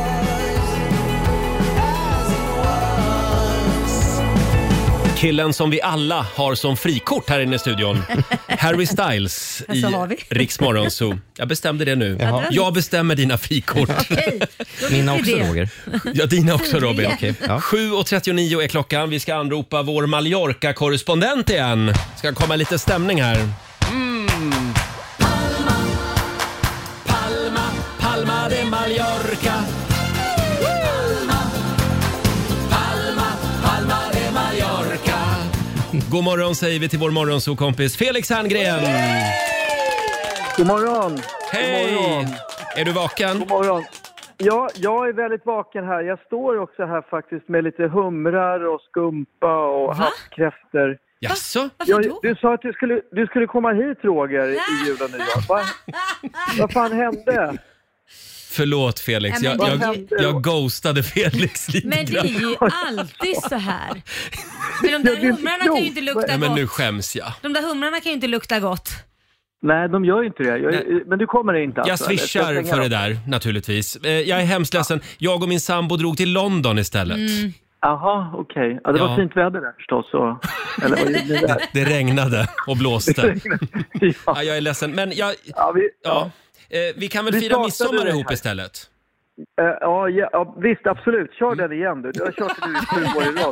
Killen som vi alla har som frikort här inne i studion. Harry Styles i Rix Morgonzoo. Jag bestämde det nu. Jaha. Jag bestämmer dina frikort. Okej, mina också det. Roger. Ja, dina också Robin. Okay. Ja. sju och trettionio är klockan. Vi ska anropa vår Mallorca-korrespondent igen. Ska komma lite stämning här. Mm. Palma, Palma, Palma de Mallorca. God morgon säger vi till vår morgonsåkompis Felix Herngren. God morgon. Hej! God morgon. Är du vaken? God morgon. Ja, jag är väldigt vaken här. Jag står också här faktiskt med lite humrar och skumpa och havskräftor. Jaså? Ja, du sa att du skulle, du skulle komma hit, Roger, i jul och nyår. Va? Vad fan hände? Förlåt Felix, ja, jag, jag, jag ghostade Felix lite. Men det är ju alltid så här. Men de där humrarna kan ju inte lukta ja, gott. Men nu skäms jag. De där humrarna kan ju inte lukta gott. Nej, de gör inte det. Jag, men du kommer det inte. Jag alltså, swishar jag för det där, naturligtvis. Jag är hemskt ledsen. Jag och min sambo drog till London istället. Mm. Jaha, okej. Okay. Ja, det ja. var fint väder där förstås. Så... Eller vad det, där? det, det regnade och blåste. ja. Ja, jag är ledsen. Men jag, ja, vi, ja. Ja. Vi kan väl vi fira midsommar ihop istället? Uh, ja, ja, visst, absolut. Kör den igen du. Du har kört den i sju år i rad.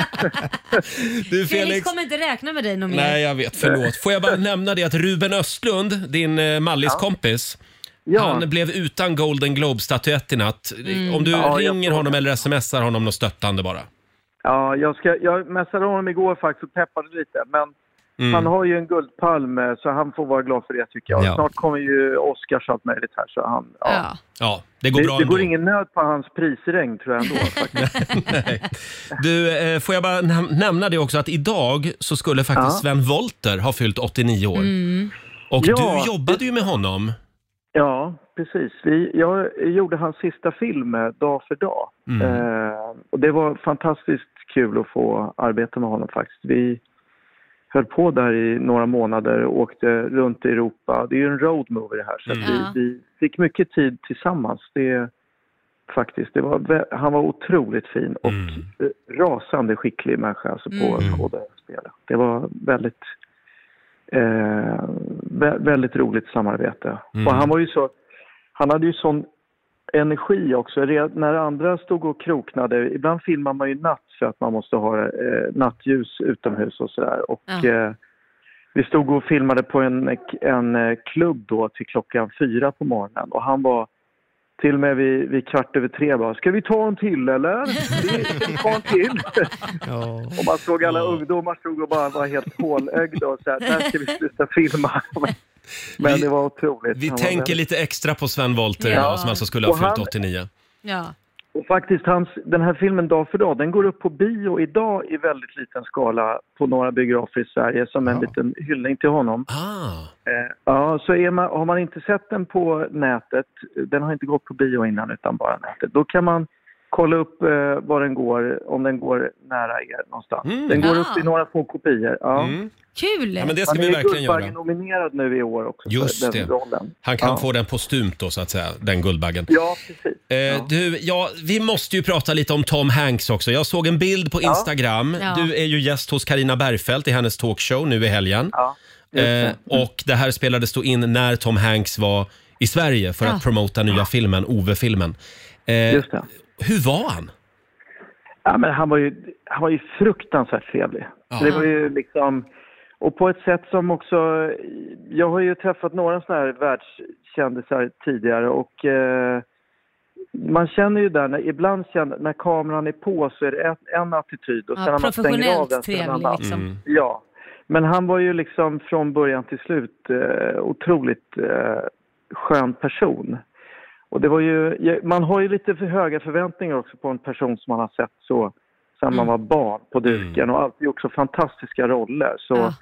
Du, Felix... Felix kommer inte räkna med dig någon mer. Nej, jag vet. Förlåt. Får jag bara nämna det att Ruben Östlund, din uh, Mallis-kompis, ja. han blev utan Golden Globe-statyett i natt. Mm. Om du ja, ringer honom eller smsar honom något stöttande bara. Ja, jag, ska, jag messade honom igår faktiskt och peppade lite, men mm. han har ju en guldpalm så han får vara glad för det tycker jag. Ja. Snart kommer ju Oscars allt möjligt här så han... Ja, ja. ja det går det, bra Det ändå. går ingen nöd på hans prisregn tror jag ändå. Nej. Du, eh, får jag bara näm- nämna det också att idag så skulle faktiskt ja. Sven Wollter ha fyllt åttionio år. Mm. Och ja, du jobbade ju med honom. Ja, precis. Vi, jag gjorde hans sista film Dag för dag. Mm. Eh, och det var fantastiskt kul att få arbeta med honom faktiskt. Vi höll på där i några månader och åkte runt i Europa. Det är ju en road movie det här så mm. vi, vi fick mycket tid tillsammans. Det faktiskt, det var, han var otroligt fin och mm. rasande skicklig människa alltså på mm. skådespel. Det var väldigt eh, vä- väldigt roligt samarbete. Mm. Och han var ju så, han hade ju sån energi också. När andra stod och kroknade, ibland filmar man ju natt för att man måste ha eh, nattljus utomhus och sådär. Och ja. eh, vi stod och filmade på en, en klubb då till klockan fyra på morgonen. Och han var till och med vid, vid kvart över tre bara, ska vi ta en till eller? Ska vi ta en till? Ja. Och man såg alla ja. ungdomar stod och bara var helt hålögda och så här, där ska vi sluta filma. Men vi, det var otroligt. Vi han tänker väldigt... lite extra på Sven Wollter ja. idag, som alltså skulle ha fyllt åttionio. Ja. Och faktiskt hans, den här filmen Dag för dag, den går upp på bio idag i väldigt liten skala på några biografer i Sverige som en ja. liten hyllning till honom. Ah. Eh, ja, så är man, har man inte sett den på nätet, den har inte gått på bio innan utan bara nätet, då kan man kolla upp eh, var den går, om den går nära er någonstans. Mm. Den går ah. upp i några få kopior. Ja. Mm. Kul! Ja, men det ska vi verkligen göra. Han är nominerad nu i år också. Just för den det. rollen. Han kan ja. få den postumt då så att säga, den Guldbaggen. Ja, precis. Eh, ja. Du, ja, vi måste ju prata lite om Tom Hanks också. Jag såg en bild på Instagram. Ja. Du är ju gäst hos Carina Bergfeldt i hennes talkshow nu i helgen. Ja. Eh, och det här spelades då in när Tom Hanks var i Sverige för ja. att promota nya filmen, Ove-filmen. Eh, Just det. Hur var han? Ja, men han var ju, han var ju fruktansvärt trevlig. Ja. Det var ju liksom... Och på ett sätt som också, jag har ju träffat några sådana här världskändisar tidigare och eh, man känner ju där, när, ibland känner, när kameran är på så är det ett, en attityd och ja, sen när man stänger av den trevlig, en annan. liksom. Mm. Ja, men han var ju liksom från början till slut eh, otroligt eh, skön person. Och det var ju, man har ju lite för höga förväntningar också på en person som man har sett så sen mm. man var barn på duken mm. och alltid gjort så fantastiska roller. Så ja.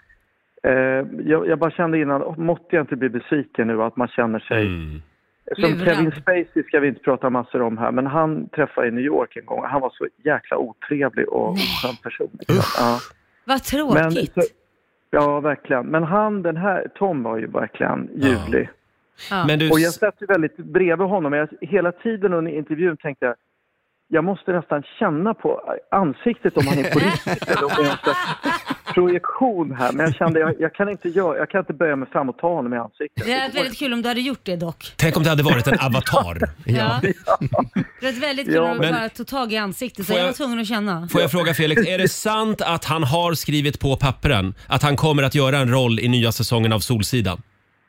eh, jag, jag bara kände innan, måtte jag inte bli besviken nu att man känner sig... Mm. Som Lurad. Kevin Spacey ska vi inte prata massor om här, men han träffade i New York en gång. Han var så jäkla otrevlig och skön person. Ja. Vad tråkigt. Men, så, ja, verkligen. Men han, den här, Tom var ju verkligen ljuvlig. Ja. Men du... Och jag satt ju väldigt bredvid honom. Jag, hela tiden under intervjun tänkte jag, jag måste nästan känna på ansiktet om han är på riktigt eller om det är en slags projektion här. Men jag kände, jag, jag kan inte göra, jag kan inte böja mig fram och ta honom i ansiktet. Det är väldigt kul om du hade gjort det dock. Tänk om det hade varit en avatar. Ja. Det är väldigt kul ja, om du bara tog tag i ansiktet. Så jag, jag var tvungen att känna. Får jag fråga Felix, är det sant att han har skrivit på pappren att han kommer att göra en roll i nya säsongen av Solsidan?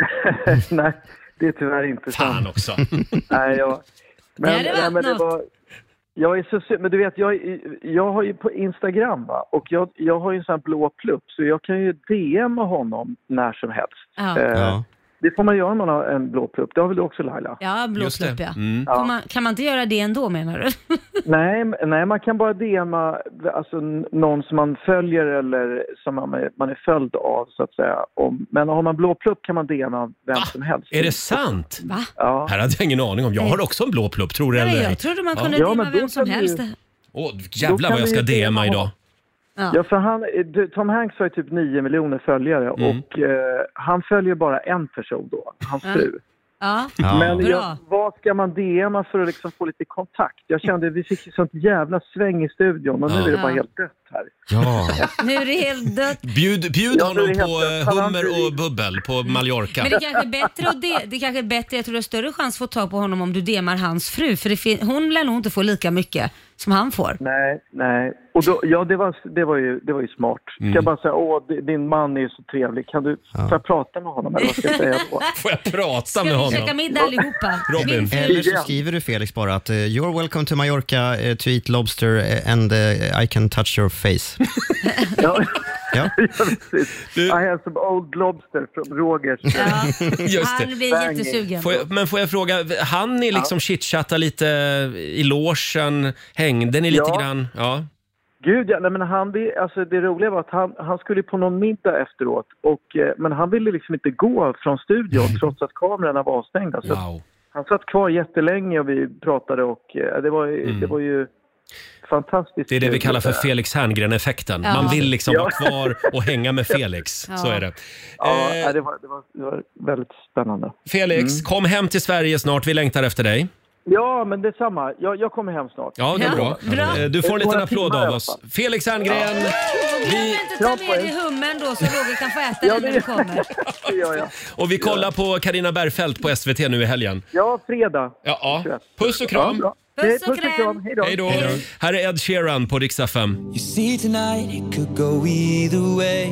Nej, det är tyvärr inte sant. Fan också. Nej, jag... Men, nej, det var, nej, men det var... Jag är så sy- men du vet, jag, jag har ju på Instagram va? Och jag, jag har ju en sån här blå plupp så jag kan ju D M honom när som helst. Ja. Eh, ja. Det får man göra om man har en blå plupp. Det har väl du också, Laila? Ja, blå plupp, ja. Mm. Kan, man, kan man inte göra det ändå, menar du? nej, nej, man kan bara D M alltså, någon som man följer eller som man är, man är följd av, så att säga. Om, men har man blå plupp kan man D M vem ah, som helst. Är det sant? Va? Ja. Här hade jag ingen aning om. Jag har också en blå plupp, tror du eller? Nej, jag trodde man kunde ja. D M ja, vem som helst. Ju... Åh, jävlar vad jag ska D M idag. Ja, ja för han, Tom Hanks har ju typ nio miljoner följare mm. och eh, han följer bara en person då, hans fru. Mm. Ja. Men jag, vad ska man D M:a för att liksom få lite kontakt? Jag kände att vi fick ju sånt jävla sväng i studion och nu ja. är det bara helt dött här. Ja. Nu är det helt dött. Bjud, bjud ja, honom på hummer och bubbel på Mallorca. Men det kanske är bättre att det, det kanske är bättre, jag tror det är större chans att få tag på honom om du D M:ar hans fru, för det fin- hon lär nog inte få lika mycket som han får. Nej, nej. Och då, ja, det var, det var ju, det var ju smart. Mm. Ska jag bara säga, åh, din man är ju så trevlig. Kan du, ja. får jag prata med honom? Eller vad ska jag säga då? Får jag prata ska med honom? Ska vi käka middag allihopa? Robin. Eller så skriver du Felix bara att uh, you're welcome to Mallorca uh, to eat lobster uh, and uh, I can touch your face. ja. Ja. I have some old lobster från Rogers. Ja. Just det. Han blir jättesugen. Får jag, men får jag fråga, han ni liksom ja. chitchatta lite i logen? Hängde ni lite ja. grann? Ja. Gud, ja, nej, men han, alltså det roliga var att han, han skulle på någon middag efteråt. Och, eh, men han ville liksom inte gå från studion trots att kamerorna var avstängda. Så wow. Han satt kvar jättelänge och vi pratade och eh, det, var, mm. det var ju fantastiskt. Det är det vi kallar för Felix Herngren-effekten. Ja. Man vill liksom ja. vara kvar och hänga med Felix. Ja. Så är det. Ja, eh, det, var, det, var, det var väldigt spännande. Felix, mm. kom hem till Sverige snart. Vi längtar efter dig. Ja, men det är samma. Jag, jag kommer hem snart. Ja, det är bra. bra. Du får en liten applåd av oss. Felix Herngren. Ja. Vi behöver inte ta med dig hummen då så Roger kan få äta ja, den när du kommer. ja, ja. Och vi kollar på Carina Bergfeldt på S V T nu i helgen. Ja, fredag. Ja, ja. Puss och kram. Ja, Puss och kram. Hej då. Hej då. Här är Ed Sheeran på Rix F M. You see tonight it could go either way.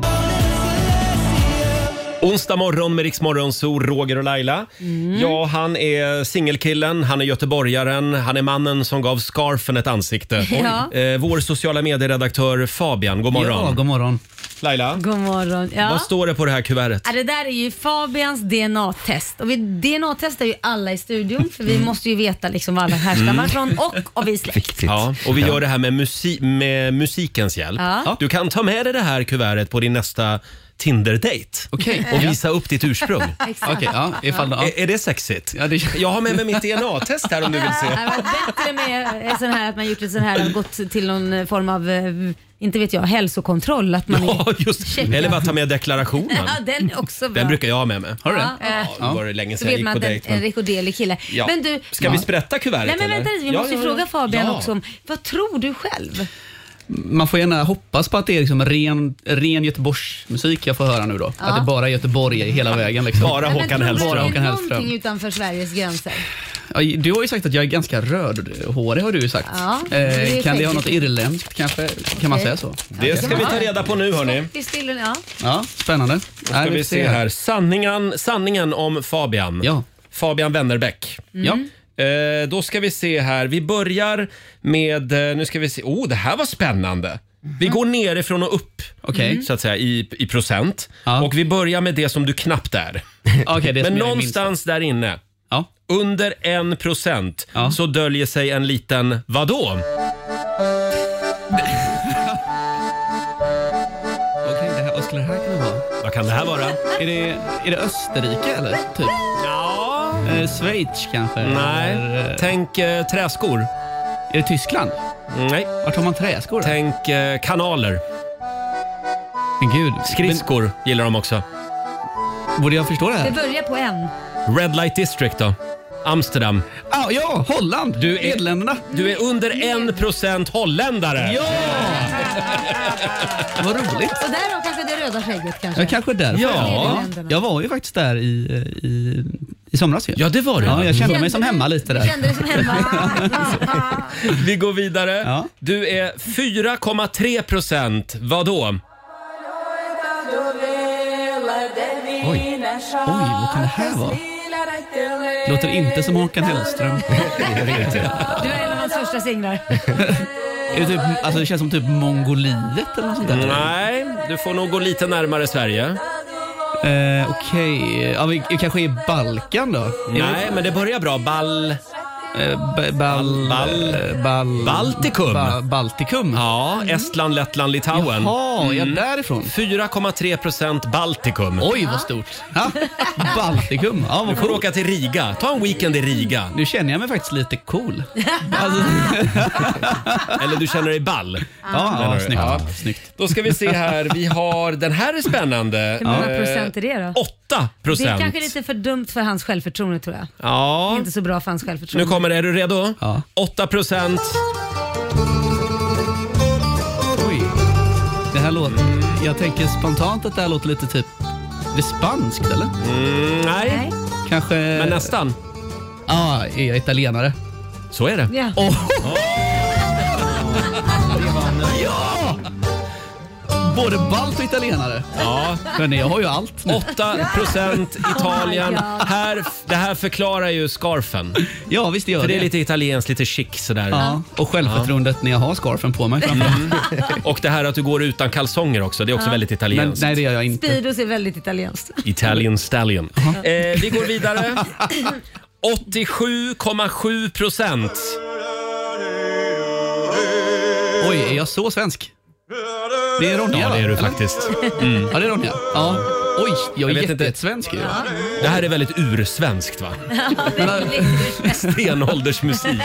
Onsdag morgon med Rix Morgon, så Roger och Laila. Mm. Ja, han är singelkillen, han är göteborgaren, han är mannen som gav scarfen ett ansikte. Ja. Eh, vår sociala medieredaktör Fabian, god morgon. Ja, god morgon. Laila, god morgon. Ja. Vad står det på det här kuvertet? Ja, det där är ju Fabians D N A-test. Och vi D N A-testar ju alla i studion, för vi mm. måste ju veta liksom var alla härstammar mm. från och och vi släkt. Ja, och vi gör det här med, musi- med musikens hjälp. Ja. Du kan ta med dig det här kuvertet på din nästa Tinder-date. Okay. Och visa upp ditt ursprung. Okay, ja, ifall, ja. Är, är det sexigt? Ja, det... Jag har med mig mitt D N A-test här om du vill se. Det var bättre med sån här, att man gjort ett sån här, gått till någon form av, inte vet jag, hälsokontroll. Att man ja, just. Eller bara ta med deklarationen. Ja, den är också bra. Den brukar jag ha med mig. Har du det? Ja, ja. Det var det länge sedan jag gick på dejt. En rekodelig kille. Ja. Men du, ska ja. vi sprätta kuvertet? Nej, men vänta, vi ja, måste ja, ja. fråga Fabian ja. också om, vad tror du själv? Man får gärna hoppas på att det är liksom ren, ren Göteborgsmusik jag får höra nu då. Ja. Att det bara är Göteborg hela vägen. Liksom. Bara Håkan Hellström. Bara Håkan Hellström. Någonting utanför Sveriges gränser. Ja, du har ju sagt att jag är ganska rödhårig, har du ju sagt. Ja, eh, kan det ha något irländskt kanske? Kan okay. man säga så? Det ska vi ta reda på nu, hörni. Ja, ja spännande. Då ska Nej, vi se här. Sanningen, sanningen om Fabian. Ja. Fabian Wennerbäck. Mm. Ja. Eh, då ska vi se här. Vi börjar med, eh, nu ska vi se. Oh, det här var spännande. Vi går nerifrån och upp, okay. så att säga, i, i procent. Ja. Och vi börjar med det som du knappt är. Okay, det Men någonstans där inne, ja. under en procent, ja. så döljer sig en liten vadå? Okej, okay, vad skulle det här kunna vara? Vad kan det här vara? Är det, är det Österrike eller? Typ? Ja. Eh, Schweiz kanske? Nej, eller, tänk eh, träskor. Är det Tyskland? Nej. Vart har man träskor? Då? Tänk eh, kanaler. Men gud. Skridskor men... gillar de också. Borde jag förstå det här? Det börjar på en. Red Light District då? Amsterdam. Ah, ja, Holland. Du är, Nederländerna. Du är under en procent holländare. Ja! Vad roligt. Och där har kanske det röda skägget kanske. Ja, kanske därför. Ja. Jag var ju faktiskt där i, i, i somras. Ju. Ja, det var det. Ja, jag kände, kände mig som hemma lite där. Du kände dig som hemma. Vi går vidare. Ja. Du är fyra komma tre procent. Vadå? Oj. Oj, vad kan det här vara? Låter inte som Håkan Hellström. Du är en av hans första singlar. Är det, typ, alltså det känns som typ Mongoliet eller något sånt där. Nej, du får nog gå lite närmare Sverige. Eh, Okej, okay. Ja, vi kanske är Balkan då? Nej, men det börjar bra. Ball... B- bal, Bal, bal, Baltikum. Ba, Baltikum. Ja, Estland, Lettland, Litauen. Jaha, mm. ja, därifrån. fyra komma tre procent Baltikum. Oj, vad stort. Ja. Baltikum. Ja, du får åka till Riga. Ta en weekend i Riga. Nu känner jag mig faktiskt lite cool. Alltså. Eller du känner dig ball. Ja, ja, snyggt. Ja. snyggt. Då ska vi se här. Vi har, den här är spännande. Hur många procent är det då? åtta procent. Det är kanske lite för dumt för hans självförtroende, tror jag. Ja. Det är inte så bra för hans självförtroende. Nu kommer det. Är du redo? Ja. åtta procent. Oj. Det här låter... Jag tänker spontant att det här låter lite typ... Det är spanskt, eller? Mm, nej. Nej. Kanske... Men nästan. Ja, ah, är jag italienare? Så är det. Ja. Oh. Ja! Både balt och italienare. Ja. Men jag har ju allt nu. åtta procent Italien. Oh här, det här förklarar ju scarfen. Ja, visst gör För det. det är lite italienskt, lite chic sådär. Ja, och självförtroendet ja. när jag har scarfen på mig. Mm. Och det här att du går utan kalsonger också, det är också ja. väldigt italienskt. Men, nej, det gör jag inte. Speedos är väldigt italienskt. Italian stallion. Eh, vi går vidare. åttiosju komma sju procent. Oj, är jag så svensk? Det är Ronja. Ja, det är du faktiskt. Mm. Ja, det är Ronja. Ja. Oj, jag är jag jättesvensk ju. Ja. Det här är väldigt ursvenskt, va? Stenåldersmusik.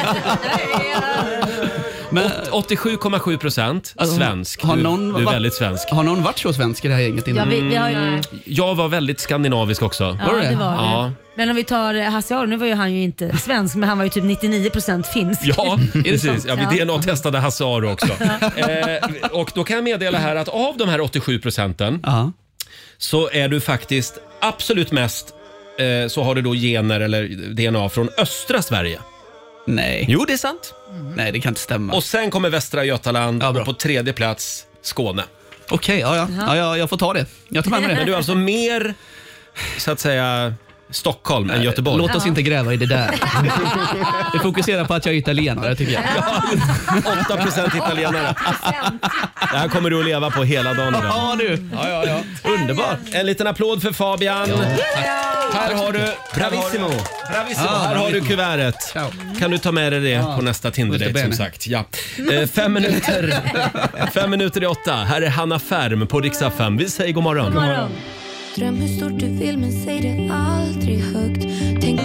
Men åttiosju komma sju procent svensk. Har någon, du, du är väldigt svensk. Har någon varit så svensk i det här gänget innan? Ja, vi, vi har ju... Jag var väldigt skandinavisk också. Ja, var det? det var det. Ja. Men om vi tar Hasse Aro, nu var ju han ju inte svensk, men han var ju typ nittionio procent finsk. Ja, precis. Ja, vi Ja. D N A-testade Hasse Aro också. eh, och då kan jag meddela här att av de här åttiosju procenten uh-huh. så är du faktiskt absolut mest eh, så har du då gener eller D N A från östra Sverige. Nej. Jo, det är sant. Mm. Nej, det kan inte stämma. Och sen kommer Västra Götaland ja, och på tredje plats Skåne. Okej, ja, ja. ja, ja, jag får ta det. Jag tar med mig det. Men du är alltså mer, så att säga, Stockholm än Göteborg. Låt oss inte gräva i det där. Vi fokuserar på att jag är italienare, tycker jag. Ja, åtta procent italienare. Det här kommer du att leva på hela dagen idag. Ja, du. Ja, ja, ja. Underbart. En liten applåd för Fabian. Ja. Här har du... Bravissimo. Bravissimo. Ja, här har du kuvertet. Kan du ta med dig det ja. på nästa Tinder-date, som sagt. Ja. Eh, fem, minuter, fem minuter i åtta. Här är Hanna Färm på Rix F M. Vi säger god morgon. God morgon. Dröm hur stort du vill, men säg det aldrig högt. Tänk...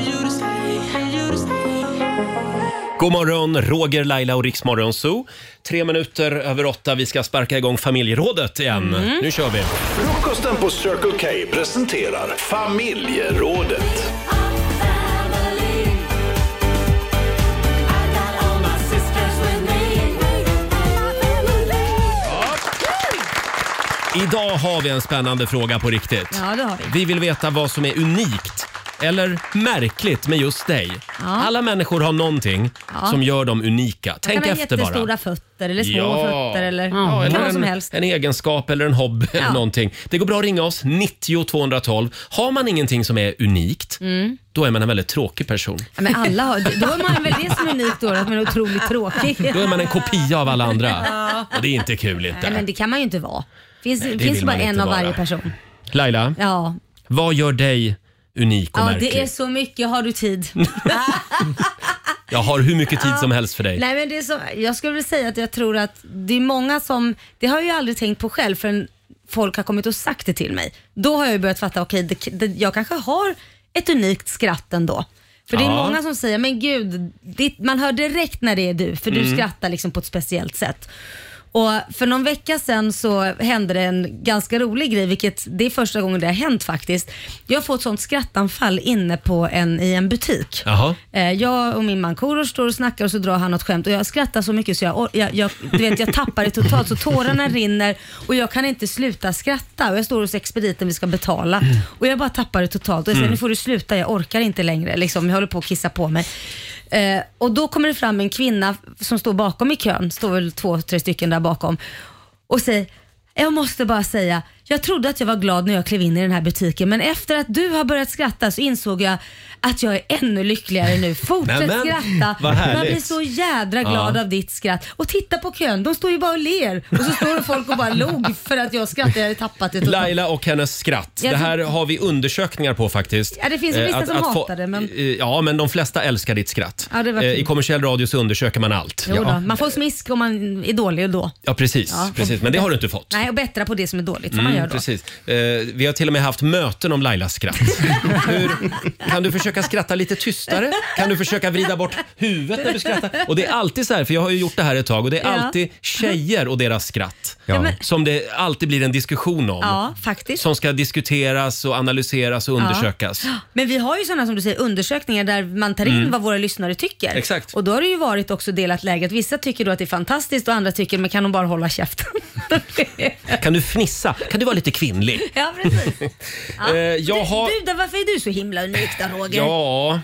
God morgon, Roger, Laila och Rix Morgon Zoo. Tre minuter över åtta, vi ska sparka igång familjerådet igen. Mm. Nu kör vi. Frukosten på Circle K presenterar familjerådet. Idag har vi en spännande fråga på riktigt. Ja, det har vi. Vi vill veta vad som är unikt eller märkligt med just dig. Ja. Alla människor har någonting ja. som gör dem unika. Man Tänk kan ha efter bara. jättestora fötter eller små ja. fötter eller, ja, eller vad en, som helst. En egenskap eller en hobby ja. eller någonting. Det går bra att ringa oss, nittio tvåhundratolv. Har man ingenting som är unikt, mm. då är man en väldigt tråkig person. Ja, men alla har, då är man väl det som är unikt då, att man är otroligt tråkig. Då är man en kopia av alla andra. Ja. Och det är inte kul inte. Nej, men det kan man ju inte vara. Finns, Nej, det finns bara en av vara. varje person. Laila, ja. vad gör dig unik och ja, märklig? det är så mycket. Har du tid? Jag har hur mycket tid som helst för dig. Nej, men det är så, jag skulle vilja säga att jag tror att det är många som, det har jag ju aldrig tänkt på själv förrän folk har kommit och sagt det till mig. Då har jag ju börjat fatta, okej, okay, jag kanske har ett unikt skratt ändå. För det är ja. många som säger, men gud, det, man hör direkt när det är du, för du mm. skrattar liksom på ett speciellt sätt. Och för någon vecka sedan så hände det en ganska rolig grej, vilket det är första gången det har hänt faktiskt. Jag har fått sånt skrattanfall inne på en, i en butik. Jaha. Jag och min man Korosh står och snackar och så drar han något skämt och jag skrattar så mycket så jag, jag, jag, du vet, jag tappar det totalt, så tårarna rinner och jag kan inte sluta skratta. Och jag står hos expediten, vi ska betala mm. och jag bara tappar det totalt och jag säger, mm. nu får du sluta, jag orkar inte längre liksom, jag håller på att kissa på mig. Eh, och då kommer det fram en kvinna som står bakom i kön, står väl två, tre stycken där bakom och säger, jag måste bara säga, Jag trodde att jag var glad när jag klev in i den här butiken, men efter att du har börjat skratta så insåg jag att jag är ännu lyckligare nu. Fortsätt Nämen, skratta. vad härligt. Man blir så jädra glad Ja. av ditt skratt. Och titta på kön, de står ju bara och ler. Och så står det folk och bara log för att jag skrattade. Jag hade tappat det totalt. Laila och hennes skratt. Jag Det tror- här har vi undersökningar på faktiskt. Ja, det finns ju Eh, vissa att- som att få- hatar det, men... Eh, Ja, men de flesta älskar ditt skratt. Ja, det var Eh, kul. I kommersiell radio så undersöker man allt. Jo då, Ja. man får smisk om man är dålig och då. Ja, precis. Ja, precis. Men det har du inte fått. Nej, och bättra på det som är dåligt som man Mm, gör då. precis. Eh, vi har till och med haft möten om Lailas skratt. Hur, kan du försöka skratta lite tystare? Kan du försöka vrida bort huvudet när du skrattar? Och det är alltid så här, för jag har ju gjort det här ett tag och det är Ja. alltid tjejer och deras skratt Ja, men- som det alltid blir en diskussion om. Ja, faktiskt. Som ska diskuteras och analyseras och Ja. undersökas. Men vi har ju sådana som du säger undersökningar där man tar in Mm. vad våra lyssnare tycker. Exakt. Och då har det ju varit också delat läget. Vissa tycker då att det är fantastiskt och andra tycker men kan de bara hålla käften. Kan du fnissa? Kan du vara lite kvinnlig? Ja, precis. Ja. Eh, jag har... Du, du, varför är du så himla unik då, Roger? Ja...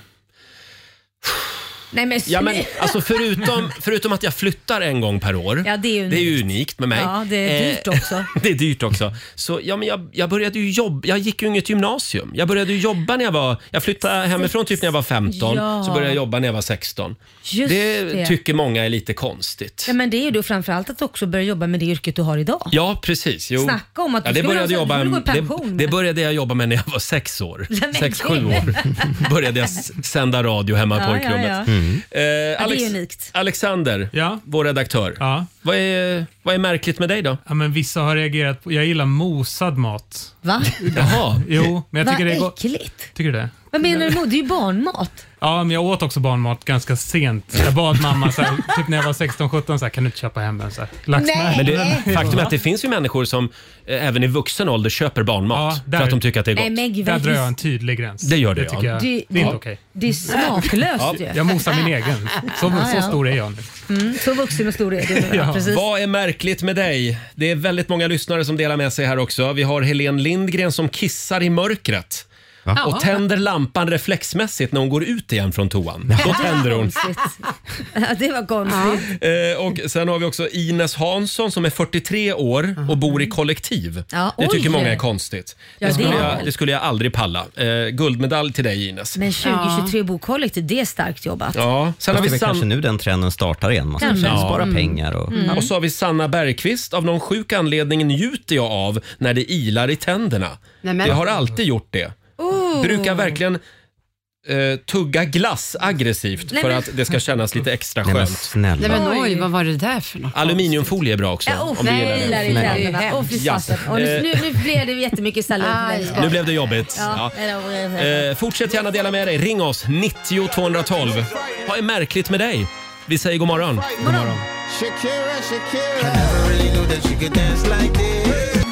Nej, men, Ja, men alltså förutom, förutom att jag flyttar en gång per år. Ja, det är unikt. Det är ju unikt med mig. Ja, det är dyrt också. det är dyrt också. Så ja, men jag, jag började ju jobba. Jag gick ju inget gymnasium. Jag började ju jobba när jag var... Jag flyttade hemifrån typ när jag var femton. Ja. Så började jag jobba när jag var sexton. Just det, det. tycker många är lite konstigt. Ja, men det är ju då framförallt att du också börja jobba med det yrket du har idag. Ja, precis. Jo. Snacka om att du ja, det skulle började ha- jobba, du skulle gå i pension det, med. det började jag jobba med när jag var sex år. men sex, det- sju år. Började jag s- sända radio hemma i Ja, pojkrummet. ja, ja. Mm. Eh, det är Alex, unikt. Alexander, vår redaktör. Vad, är, vad är märkligt med dig då? Ja, men vissa har reagerat på... Jag gillar mosad mat. Va? Jaha. Jo, men jag tycker Vad det är gott. äckligt. Tycker du det? Vad menar du? Det är ju barnmat. Ja, men jag åt också barnmat ganska sent. Jag bad mamma, så här, typ när jag var sexton sjutton, så här, kan du inte köpa hem en så här, laxmärk? Men det, faktum är att det finns ju människor som eh, även i vuxen ålder köper barnmat där- för att de tycker att det är gott. Nej, men gud, Där vad drar jag är- en tydlig gräns. Det gör du, det ja. tycker jag. Det- Det är inte ja. okej. Det är smaklöst Ja, ju. jag mosar min egen. Så, Ja, så ja. stor är jag nu. Mm, så vuxen och stor är du nu. Ja. Precis. Vad är märkligt med dig? Det är väldigt många lyssnare som delar med sig här också. Vi har Helene Lindgren som kissar i mörkret. Ja. Och tänder lampan reflexmässigt när hon går ut igen från toan. Då tänder hon. Konstigt. Ja, det var konstigt. Eh, och sen har vi också Ines Hansson som är fyrtiotre år och bor i kollektiv. Ja, det tycker oj. många är konstigt. Ja, det, skulle det är jag, väl. det skulle jag aldrig palla. Eh, guldmedalj till dig, Ines. Men tjugo tjugotre bokollektiv, det är starkt jobbat. Ja, sen har det vi är San- kanske nu den trenden startar igen. Man ska Kanske. spara Mm. pengar. Och, Mm. Och så har vi Sanna Bergqvist. Av någon sjuk anledning njuter jag av när det ilar i tänderna. Nej, men- Jag har alltid gjort det. Oh. Brukar verkligen eh, tugga glass aggressivt Nej, för men- att det ska kännas lite extra Nej, men skönt. snälla. Nej, men Oj. oj, vad var det där för något? Aluminiumfolie är bra också. Ja, oh, om du gillar nej, det. i Nej. tänderna. Åh, fy Ja. fasen. Och nu, Eh. nu, nu blev det jättemycket sallad för mig. Nu blev det jobbigt. Ja. Ja. Eh, fortsätt gärna dela med dig. Ring oss, nittio tvåhundratolv. Vad är märkligt med dig? Vi säger god morgon. God morgon. Shakira, Shakira. I never really knew that she could dance like this.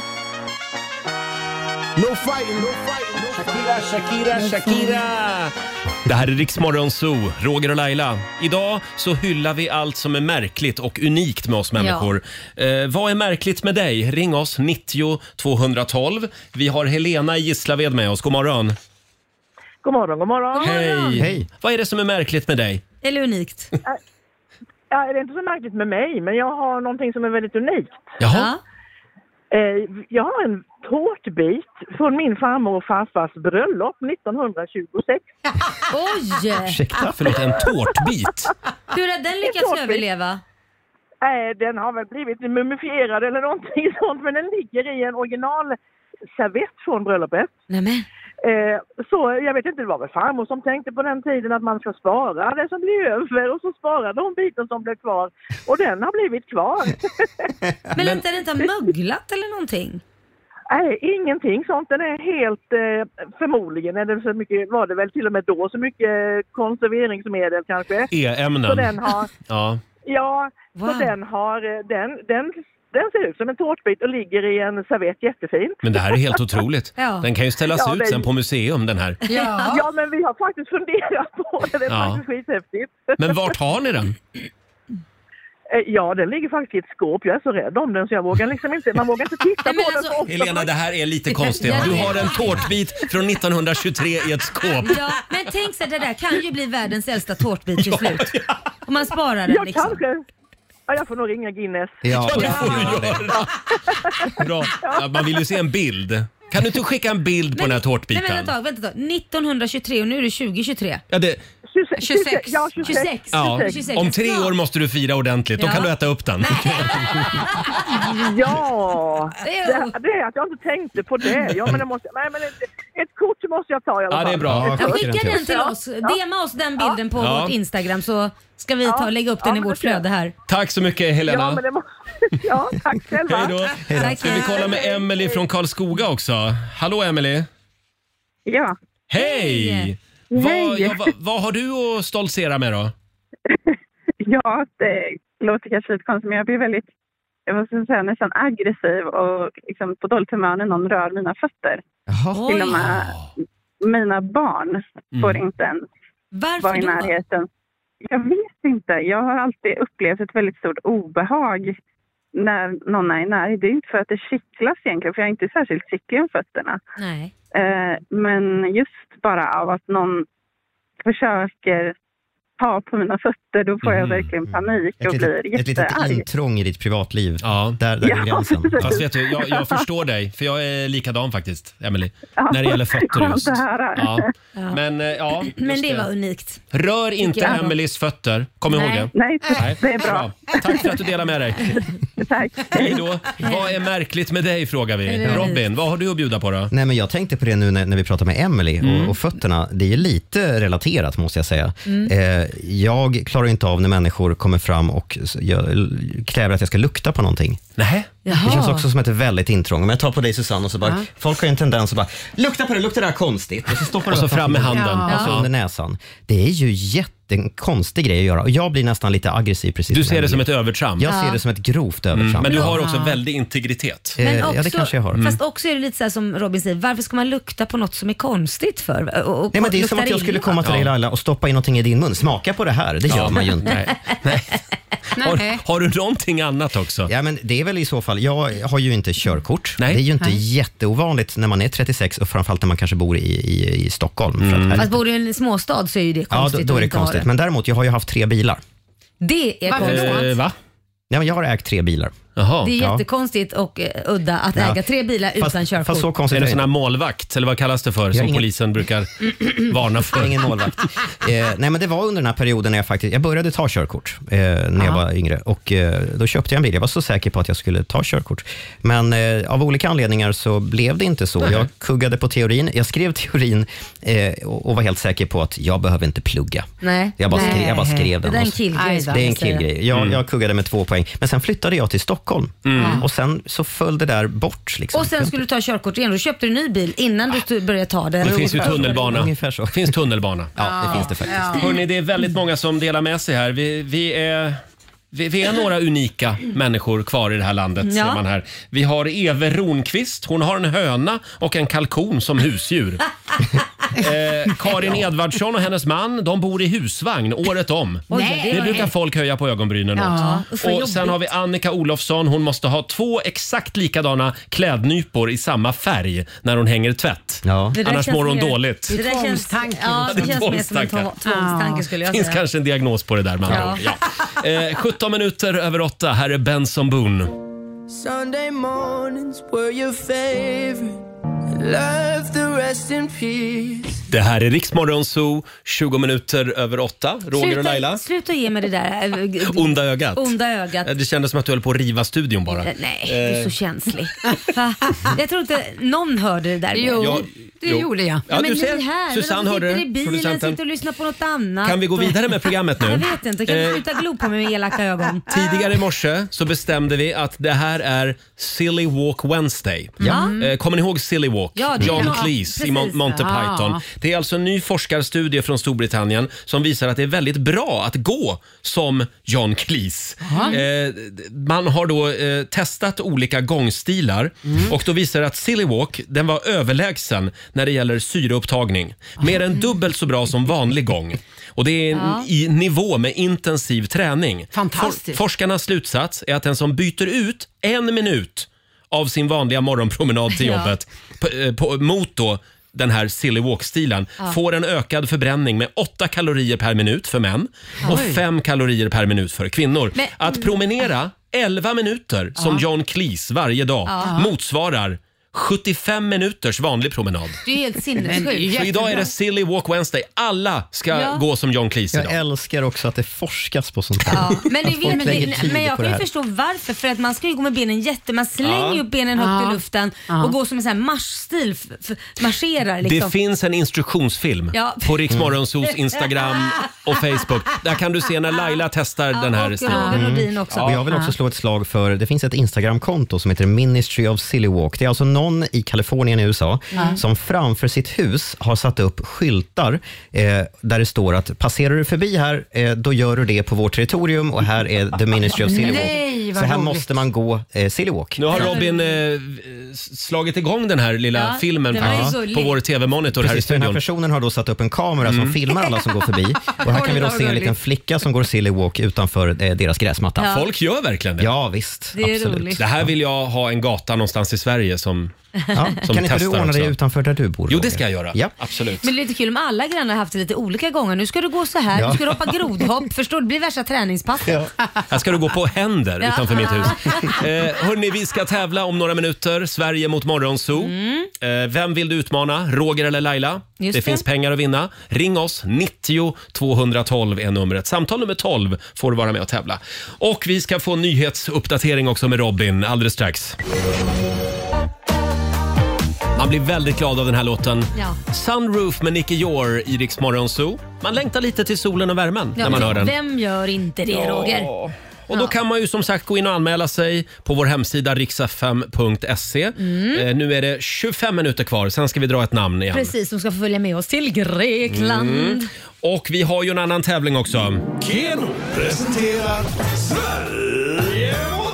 No fighting, no fighting, no Shakira, Shakira, Shakira. Det här är Riksmorgon Zoo, Roger och Laila. Idag så hyllar vi allt som är märkligt och unikt med oss människor. Eh, vad är märkligt med dig? Ring oss, nittio tvåhundratolv. Vi har Helena i Gislaved med oss. God morgon. God morgon, god morgon. Hej. Hej. Vad är det som är märkligt med dig? Eller unikt. Ja, det är inte så märkligt med mig, men jag har någonting som är väldigt unikt. Jaha. Ja. Eh, jag har en tårtbit från min farmor och farfars bröllop nittonhundratjugosex. Oj! Ursäkta, förlåt, en tårtbit? Hur har den lyckats tårtbit. överleva? Eh, den har väl blivit mumifierad eller någonting sånt, men den ligger i en originalservett från bröllopet. Nämen. Eh, så jag vet inte, det var väl farmor som tänkte på den tiden att man ska spara det som blir över, och så sparar de biten som blev kvar, och den har blivit kvar. Men vänta, är det inte möglat eller någonting? Nej, ingenting sånt. Den är helt, eh, förmodligen är det så mycket, var det väl till och med då så mycket konserveringsmedel kanske. E-ämnen. Så den har, Ja. ja, Wow. så den har, eh, den, den, den ser ut som en tårtbit och ligger i en servett jättefint. Men det här är helt otroligt. Ja. Den kan ju ställas Ja, ut det- sen på museum, den här. Ja. Ja, men vi har faktiskt funderat på det. Det är Ja. faktiskt skithäftigt. Men vart har ni den? Eh, Ja, den ligger faktiskt i ett skåp. Jag är så rädd om den så jag vågar liksom inte, man vågar inte titta Nej, men på den alltså- så ofta. Helena, det här är lite konstigt. Du har en tårtbit från nittonhundratjugotre i ett skåp. Ja, men tänk så att det där kan ju bli världens äldsta tårtbit till slut. Om man sparar den Ja, liksom. kanske. Ja, jag får nog ringa Guinness. Ja, det får du göra. Bra. Ja, man vill ju se en bild. Kan du inte skicka en bild på Men- den här tårtbiten? Nej, men vänta, vänta, vänta. nittonhundratjugotre och nu är det tjugohundratjugotre. Ja, det, tjugosex. Ja, tjugosex. ja. tjugosex. Om tre år måste du fira ordentligt. Då Ja. kan du äta upp den. Ja, det, det är att jag inte tänkte på det. Ja, men det måste, nej, men ett, ett kort måste jag ta i alla fall. Ja, det är bra. Ja, Skicka skicka den den till Ja. oss. D M oss den bilden på Ja. vårt Instagram så ska vi ta och lägga upp den Ja, i men vårt det ska jag. flöde här. Tack så mycket, Helena. Ja, men det måste, ja, tack själva. Hej då. Tack. Ska vi kolla med Emily från Karlskoga också? Hallå Emily. Ja. Hej! Vad, ja, vad, vad har du att stoltsera med då? Ja, det låter kanske lite konstigt, men jag blir väldigt, jag måste säga, nästan aggressiv och liksom på dåligt humör när någon rör mina fötter. Jaha. Till och med mina barn får Mm. inte ens Varför vara i då? närheten. Jag vet inte. Jag har alltid upplevt ett väldigt stort obehag när någon är i närheten. Det är inte för att det kittlas egentligen, för jag är inte särskilt kittlig om fötterna. Nej. Eh, men just bara av att någon försöker ta på mina fötter, då får jag verkligen panik och Ett blir litet, ett litet jättearg. intrång i ditt privatliv. Ja. Där, där går Ja, gränsen. precis. Fast vet du, jag, jag förstår dig, för jag är likadan faktiskt, Emily. Ja, När det gäller fötter skönt just. att höra. Ja. Ja. Men eh, ja, just Men det var unikt. Rör inte jag. Emelies fötter, kom ihåg Nej. det. Nej, det är bra. Tack för att du delar med dig. Tack. Hej då. Vad är märkligt med dig, frågar vi. Eller Robin, vad har du att bjuda på då? Nej, men jag tänkte på det nu när, när vi pratar med Emily Mm. och, och fötterna. Det är ju lite relaterat måste jag säga. Mm. Eh, jag klarar inte av när människor kommer fram och s- jag, kräver att jag ska lukta på någonting. Nej. Det känns också som ett väldigt intrång. Om jag tar på dig Susanne och så bara, Ja. folk har ju en tendens att bara, lukta på det, luktar det här konstigt. Och så stoppar Och du så upp fram med handen. handen. Och så Ja. under näsan. Det är ju jättekonstig grej att göra. Och jag blir nästan lite aggressiv precis. Du som ser det Emily. som ett övertramp. Jag ser Ja. det som ett grovt övertramp. Mm, men du har också Ja. väldigt integritet. Eh, Men ja, det också- kanske jag har. Fast också är det lite så här som Robin säger, varför ska man lukta på något som är konstigt för? Och, och Nej, men det är som luktar att jag skulle illa? komma till dig Laila och stoppa in någonting i din mun. Smaka på det här, det gör man ju inte. Nej. Nej. Har, har du någonting annat också? Ja, men det är väl i så fall, jag har ju inte körkort. Nej. Det är ju inte Nej. jätteovanligt när man är trettiosex och framförallt när man kanske bor i, i, i Stockholm. För att här, Fast bor du i en småstad så är ju det ja, konstigt. då, då är att det inte ha konstigt. Men däremot, jag har ju haft tre bilar. Det är Varför konstigt. Eh, va? Ja, men jag har ägt tre bilar. Jaha. Det är Ja. jättekonstigt och eh, udda att Ja. äga tre bilar Fast, utan körkort. fast så konstigt Är det är sån här det. målvakt, eller vad kallas det för, som ingen- polisen brukar varna för? Ingen målvakt. Eh, nej, men det var under den här perioden när jag faktiskt, jag började ta körkort eh, när jag var yngre och eh, då köpte jag en bil. Jag var så säker på att jag skulle ta körkort. Men eh, av olika anledningar så blev det inte så. Jag kuggade på teorin. Jag skrev teorin eh, och, och var helt säker på att jag behöver inte plugga. Nej. Jag bara, Nej. skrev, jag bara skrev Det den. där är en Och så- killgrej. Aj då. skulle Det är en jag säga. killgrej. Jag, Mm. jag kuggade med två poäng. Men sen flyttade jag till Stockholm. Och sen så föll det där bort. Liksom. Och sen skulle du ta körkort igen. Då köpte du en ny bil innan du stod- började ta det. Det finns ju tunnelbana. Ungefär så. Det finns tunnelbana. Ja, det finns det faktiskt. Ja. Hörrni, det är väldigt många som delar med sig här. Vi, vi, är, vi, vi är några unika människor kvar i det här landet. Ja. Ser man här. Vi har Eve Ronqvist. Hon har en höna och en kalkon som husdjur. Eh, Karin Edvardsson och hennes man, de bor i husvagn året om. Oj, Det var- brukar folk höja på ögonbrynen Ja. åt. Usch, vad Och sen jobbigt. har vi Annika Olofsson. Hon måste ha två exakt likadana klädnypor i samma färg när hon hänger tvätt. Ja. Det där Annars känns mår hon mer- dåligt. Det där känns, Tvångstanke. ja, det känns mer som en Tvångstanke. två- tvångstanke skulle jag Det finns säga. kanske en diagnos på det där med andra ord. Ja. Eh, sjutton minuter över åtta. Här är Benson Boone. Sunday mornings were your favorite. Love the rest in peace. Det här är Riksmorgon Zoo, tjugo minuter över åtta. Roger och Laila. Sluta, sluta ge mig det där äh, Onda ögat. onda ögat. Eh, Det kändes som att du höll på att riva studion bara. Eh, Nej, du är så känslig. Va? Jag tror inte någon hörde det där. Jo, Ja, det jo. gjorde jag. Ja, men du ser. ni här, Susanne de hörde sitter det, i bilen, producenten. sitter och lyssnar på något annat. Kan vi gå och- vidare med programmet nu? Jag vet inte, kan du Eh, sluta glo på mig med elaka ögon? Tidigare i morse så bestämde vi att det här är Silly Walk Wednesday. Ja. Eh, Kommer ni ihåg Silly Walk? Ja, det- John ja, Cleese i precis. Mon- Monty Ja. Python. Det är alltså en ny forskarstudie från Storbritannien som visar att det är väldigt bra att gå som John Cleese. Eh, man har då eh, testat olika gångstilar och då visar det att Silly Walk, den var överlägsen när det gäller syreupptagning. Mer än dubbelt så bra som vanlig gång. Och det är Ja. i nivå med intensiv träning. Fantastiskt. For, forskarnas slutsats är att den som byter ut en minut av sin vanliga morgonpromenad till Ja. jobbet på, eh, på, mot då den här silly walk-stilen Ja. får en ökad förbränning med åtta kalorier per minut för män och Oj. fem kalorier per minut för kvinnor. Men- Att promenera elva minuter som Ja. John Cleese varje dag Ja. motsvarar sjuttiofem minuters vanlig promenad. Det är helt sinnessjukt. Så idag är det Silly Walk Wednesday. Alla ska Ja. gå som John Cleese Jag idag. älskar också att det forskas på sånt här. Ja, men, Att du folk vet, lägger men, tid men jag på kan det ju här. förstå varför. För att man ska ju gå med benen jätte... Man slänger ju Ja. upp benen högt Ja. i luften Ja. och går som en sån här marschstil. F- f- marscherar liksom. Det finns en instruktionsfilm Ja. på Rix Morgonzos Instagram och Facebook. Där kan du se när Laila testar den här och stilen. Roger Nordin också. Och jag vill också slå ett slag för, det finns ett Instagramkonto som heter Ministry of Silly Walk. Det är alltså någon i Kalifornien i U S A Mm. som framför sitt hus har satt upp skyltar eh, där det står att passerar du förbi här, eh, då gör du det på vårt territorium och här är The Ministry of Silly Nej, Walk. vad Så här roligt. måste man gå eh, Silly Walk. Nu har Robin eh, slagit igång den här lilla Ja, filmen den var ju på, gullig. på vår tv-monitor här i Precis, den här studion. personen har då satt upp en kamera Mm. som filmar alla som går förbi. Och här kan vi då Oj, vad se en roligt. liten flicka som går Silly Walk utanför eh, deras gräsmatta. Ja. Folk gör verkligen det. Ja, visst. Det är absolut. roligt. Det här vill jag ha en gata någonstans i Sverige som, Ja. som Kan inte du testar ordna också. det utanför där du bor? Jo, Roger? det ska jag göra. Ja. Absolut. Men det är lite kul om alla grannar har haft det lite olika gånger. Nu ska du gå så här, Ja. nu ska du hoppa grodhopp. Förstår du? Det blir värsta träningspass. Ja. Här ska du gå på händer Ja. utanför mitt hus. Eh, hörni, vi ska tävla om några minuter. Sverige mot Morgonzoo. Eh, vem vill du utmana? Roger eller Laila? Just det det. finns pengar att vinna. Ring oss. nittio tvåhundratolv är numret. Samtal nummer tolv får du vara med och tävla. Och vi ska få en nyhetsuppdatering också med Robin alldeles strax. Man blir väldigt glad av den här låten. Ja. Sunroof med Nicky Jor i Rix Morgonzoo. Man längtar lite till solen och värmen Ja, när man men hör den. Vem gör inte det, Roger? Och då kan man ju som sagt gå in och anmäla sig på vår hemsida riksfm punkt se. Mm. Eh, nu är det tjugofem minuter kvar, sen ska vi dra ett namn igen. Precis, de ska få följa med oss till Grekland. Mm. Och vi har ju en annan tävling också. Keno presenterar Sverige mot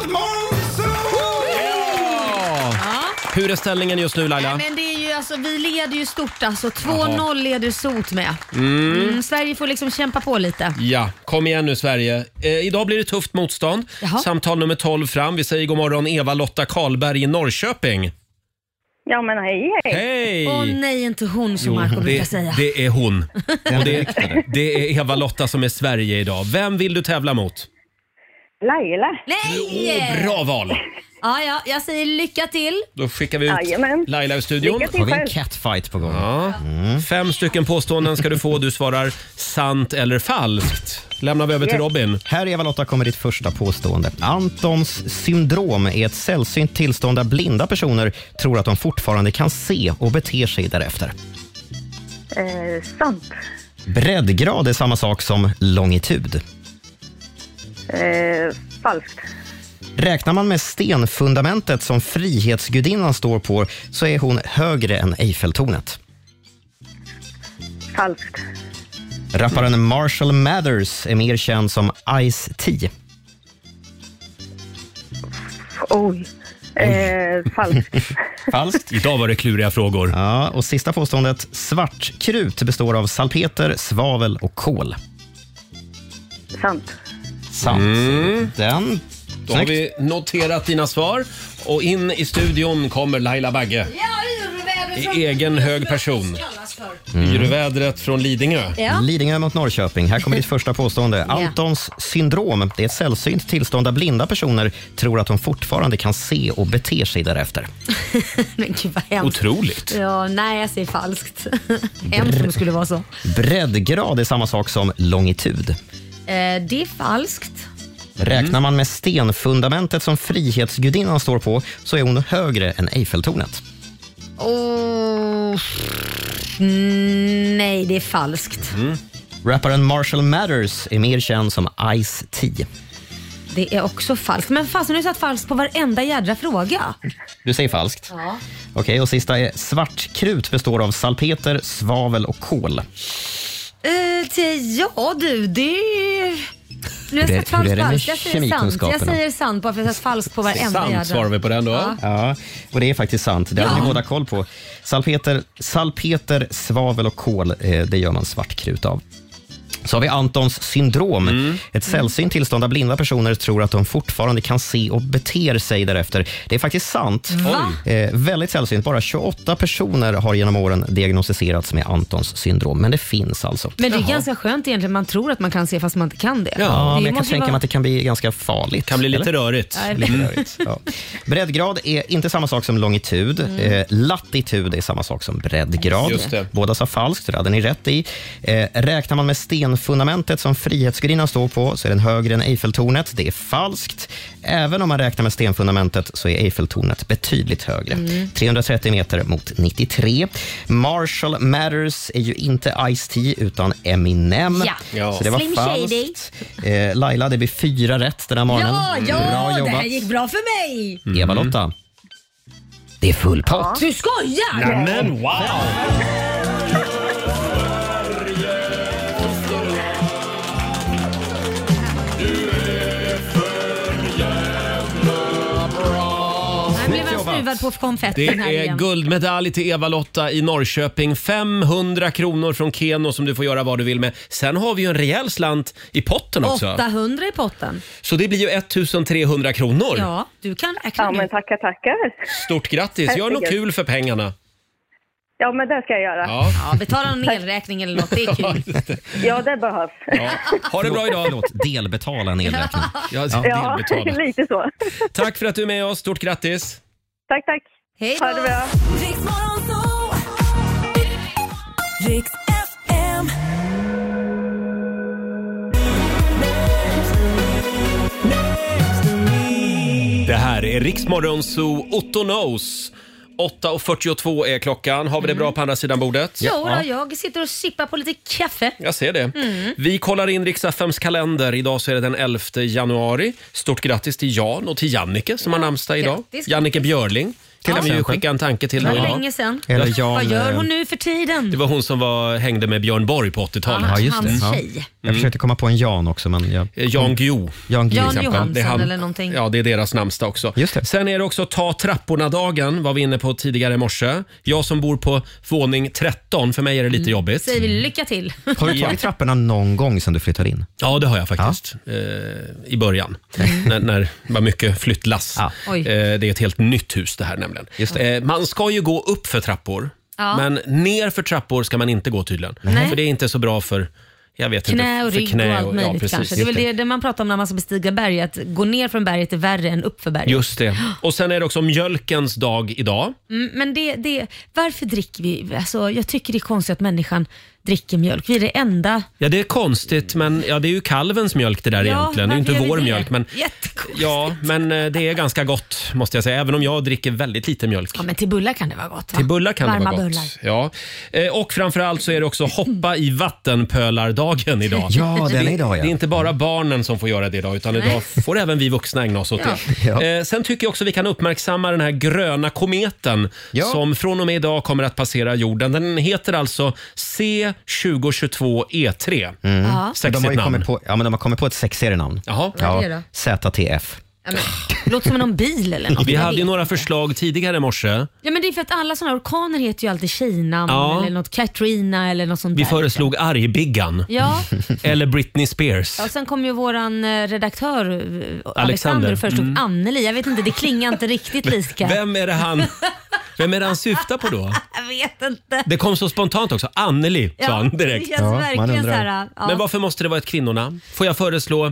Hur är ställningen just nu, Laila? Nej, men det är ju, alltså, vi leder ju stort alltså. två noll leder Sot med. Mm. Mm, Sverige får liksom kämpa på lite. Ja, kom igen nu Sverige. Eh, idag blir det tufft motstånd. Jaha. Samtal nummer tolv fram. Vi säger god morgon Eva-Lotta Karlberg i Norrköping. Ja, men hej, hej. Hej! Åh nej, inte hon som Marco brukar det, säga. det är hon. Och det, det är Eva-Lotta som är Sverige idag. Vem vill du tävla mot? Laila. Nej! Bra val! Ja, ja, jag säger lycka till. Då skickar vi ut Jajamän. Laila ur studion. Lycka till Har vi en själv. catfight på gång? Ja. Fem stycken påståenden ska du få. Du svarar sant eller falskt. Lämnar vi över till Robin. Här, Eva-Lotta, kommer ditt första påstående. Antons syndrom är ett sällsynt tillstånd där blinda personer tror att de fortfarande kan se och beter sig därefter. Eh, sant. Breddgrad är samma sak som longitud. Eh, falskt. Räknar man med stenfundamentet som Frihetsgudinnan står på så är hon högre än Eiffeltornet. Falskt. Rapparen Marshall Mathers är mer känd som Ice-T. Oj. Eh, falskt. Falskt. Idag var det kluriga frågor. Ja, och sista påståendet. Svartkrut består av salpeter, svavel och kol. Sant. Sant. Mm. Den. Då har Snyggt. vi noterat dina svar. Och in i studion kommer Laila Bagge. I egen hög person. Yrvädret från Lidingö. Ja. Lidingö mot Norrköping. Här kommer ditt första påstående. Antons syndrom. Det är ett sällsynt tillstånd där blinda personer tror att de fortfarande kan se och beter sig därefter. Men gud vad hemskt. Otroligt. Ja, nej, jag säger falskt. Hemskt om det skulle vara så. Breddgrad är samma sak som longitud. Eh, det är falskt. Räknar man med stenfundamentet som Frihetsgudinnan står på så är hon högre än Eiffeltornet. Oh. Nej, det är falskt. Mm. Rapparen Marshall Mathers är mer känd som Ice-T. Det är också falskt. Men fast nu har du satt falskt på varenda jädra fråga. Du säger falskt. Ja. Okej, och sista är svartkrut består av salpeter, svavel och kol. Uh, till, ja du, det... Nu har Hur är- jag satt falskt hur är det med falskt. Jag säger sant. Jag kemikunskaperna? säger sant bara för att jag har satt falskt på varenda Sant jädra. svarar vi på den då. Ja. Ja, och det är faktiskt sant. Det har ni båda koll på. Salpeter, salpeter, svavel och kol, eh, det gör man svartkrut av. Så har vi Antons syndrom. Mm. Ett sällsynt tillstånd där blinda personer tror att de fortfarande kan se och beter sig därefter. Det är faktiskt sant. Eh, väldigt sällsynt. Bara tjugoåtta personer har genom åren diagnostiserats med Antons syndrom. Men det finns alltså. Men det är Jaha. ganska skönt egentligen. Man tror att man kan se fast man inte kan det. Ja, det men jag kan tänka vara... mig att det kan bli ganska farligt. Kan bli lite eller? rörigt. Ja, lite rörigt. Ja. Breddgrad är inte samma sak som longitud. Mm. Eh, latitud är samma sak som breddgrad. Just det. Båda sa falskt, det hade ni rätt i. Eh, räknar man med stenfundamentet som Frihetsgudinnan står på så är den högre än Eiffeltornet. Det är falskt. Även om man räknar med stenfundamentet så är Eiffeltornet betydligt högre. Mm. trehundratrettio meter mot nittiotre. Marshall Mathers är ju inte Ice-T utan Eminem. Ja. Ja. Så det var Slim falskt. Eh, Laila, det blir fyra rätt den här morgonen. Ja, ja, bra jobbat. det här gick bra för mig. Mm. Eva-Lotta. Det är full pott. Du skojar? Men wow! På konfetten det här är igen. guldmedalj till Eva-Lotta i Norrköping. femhundra kronor från Keno som du får göra vad du vill med. Sen har vi ju en rejäl slant i potten också. åttahundra i potten. Så det blir ju ettusentrehundra kronor. Ja, du kan räkna Ja, nu. men tackar, tackar. Stort grattis. Gör något kul för pengarna. Ja, men det ska jag göra. Ja. Ja, betala en elräkning eller något, det är kul. Ja, det behövs. Ja. Ha det bra idag. Förlåt, delbetala en elräkning. Ja, Ja, delbetala. lite så. Tack för att du är med oss. Stort grattis. Tack, tack. Hej då. Ha det bra. Riks F M. Det här är Riksmorgon Zoo Otto Knows. åtta och fyrtiotvå är klockan. Har vi det bra på andra sidan bordet? Jo, då, jag sitter och sippar på lite kaffe. Jag ser det. Mm. Vi kollar in Riks F M:s kalender. Idag så är det den elfte januari. Stort grattis till Jan och till Jannike som har namnsdag idag. Grattis. Jannike Björling. Kan vi ju skicka en tanke till Det var idag. länge sedan. Eller Jan, Vad gör hon eh, nu för tiden? Det var hon som var, hängde med Björn Borg på åttiotalet. Ja, Ja, just det. hans Ja. tjej. Jag försökte komma på en Jan också, men jag... Eh, Jan Guillou. Jan Guillou. Jan till exempel. Johansson Det är han- eller någonting. Ja, det är deras namnsdag också. Just det. Sen är det också ta trapporna-dagen, var vi inne på tidigare i morse. Jag som bor på våning tretton, för mig är det lite jobbigt. Säger vi lycka till. Har du tagit trapporna någon gång sedan du flyttade in? Ja, det har jag faktiskt. Eh, I början. när, när det var mycket flyttlass. Ja. Oj. Eh, det är ett helt nytt hus det här nämligen. Just Eh, man ska ju gå upp för trappor. Ja. Men ner för trappor ska man inte gå tydligen. Nej. För det är inte så bra för, jag vet Knä inte, och för rygg knä och allt möjligt ja, precis. kanske. Det är väl det, det man pratar om när man ska bestiga berg. Att gå ner från berget är värre än upp för berget. Just det. Och sen är det också mjölkens dag idag. Mm, men det, det, varför dricker vi? Alltså, jag tycker det är konstigt att människan dricker mjölk. Vi är det enda... Ja, det är konstigt, men ja, det är ju kalvens mjölk det där Ja, egentligen. Det är ju varför inte gör vår vi det? mjölk. Men, Jättekonstigt. ja, men eh, det är ganska gott måste jag säga. Även om jag dricker väldigt lite mjölk. Ja, men till bullar kan det vara gott, va? Till bullar kan Varma det vara gott. bullar. Ja. Eh, Och framförallt så är det också hoppa i vattenpölardagen idag. Ja, den är idag, ja. Det är inte bara barnen som får göra det idag, utan idag får även vi vuxna ägna oss åt Ja. det. Ja. Eh, Sen tycker jag också vi kan uppmärksamma den här gröna kometen Ja. som från och med idag kommer att passera jorden. Den heter alltså C tjugo tjugotvå E tre. Ja. De har Sexigt ju namn. kommit på, ja, men de har kommit på ett sexigare namn. Jaha. Vad är det då? Z T F. Ja, men, låter som någon bil eller något. Vi Jag hade ju vet några inte. förslag tidigare i morse. Ja, men det är för att alla sådana orkaner heter ju alltid tjejnamn Ja. eller något Katrina eller något sånt Vi där. föreslog Argbiggan. Ja. Eller Britney Spears. Ja, och sen kom ju våran eh, redaktör eh, Alexander, Alexander. och föreslog Mm. Anneli. Jag vet inte, det klingar inte riktigt lika. Vem är det han Vem är det han syftar på då? Jag vet inte. Det kom så spontant också. Anneli, sa han direkt. Det känns verkligen så här. Ja. Men varför måste det vara ett kvinnonamn? Får jag föreslå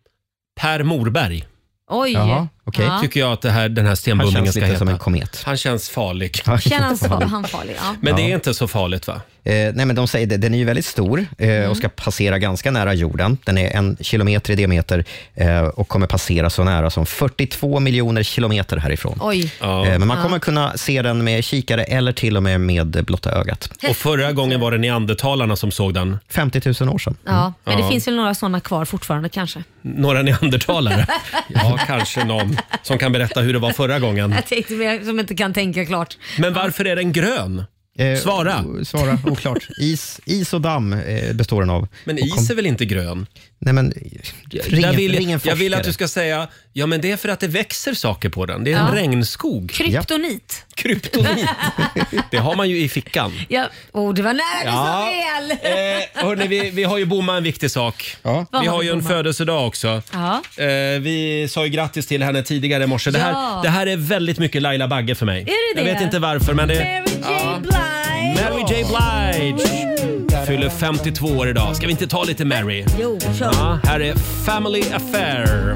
Per Morberg? Oj. Jaha, okej. Ja. Tycker jag att det här, den här stenbummningen Han känns ska lite heta. som en komet. Han känns farlig. Känner han så han farlig? Ja. Men det Ja. är inte så farligt va? Eh, nej, men de säger det, den är ju väldigt stor eh, Mm. och ska passera ganska nära jorden. Den är en kilometer i diameter eh, och kommer passera så nära som fyrtiotvå miljoner kilometer härifrån. Oj. Ja. Eh, men man Ja. kommer kunna se den med kikare eller till och med med blotta ögat. Och förra gången var det neandertalarna som såg den. femtio tusen år sedan. Ja, men Ja. det finns väl några sådana kvar fortfarande kanske. Några neandertalare. Ja, kanske någon som kan berätta hur det var förra gången. Jag tänkte mer som inte kan tänka klart. Men varför är den grön? Eh, Svara. Svara, oklart. Is, is och damm eh, består den av. Men is kom... är väl inte grön? Nej, men ring, jag, vill, ring en jag vill att du ska säga, ja men det är för att det växer saker på den. Det är ja. en regnskog. Kryptonit. Ja. Kryptonit. Det har man ju i fickan. Ja, oh, det var nära ja. så väl. Eh, hörni, vi, vi har ju bommat en viktig sak. Ja. Vi har ju en födelsedag också. Ja. Eh, vi sa ju grattis till henne tidigare i morse. Det här, ja. det här är väldigt mycket Laila Bagge för mig. Är det det? Jag vet inte varför, men det... Mary J. Ja. Blige. Mary J. Blige. Fyller femtiotvå år idag. Ska vi inte ta lite Mary? Jo, kör. Ja, här är Family Affair.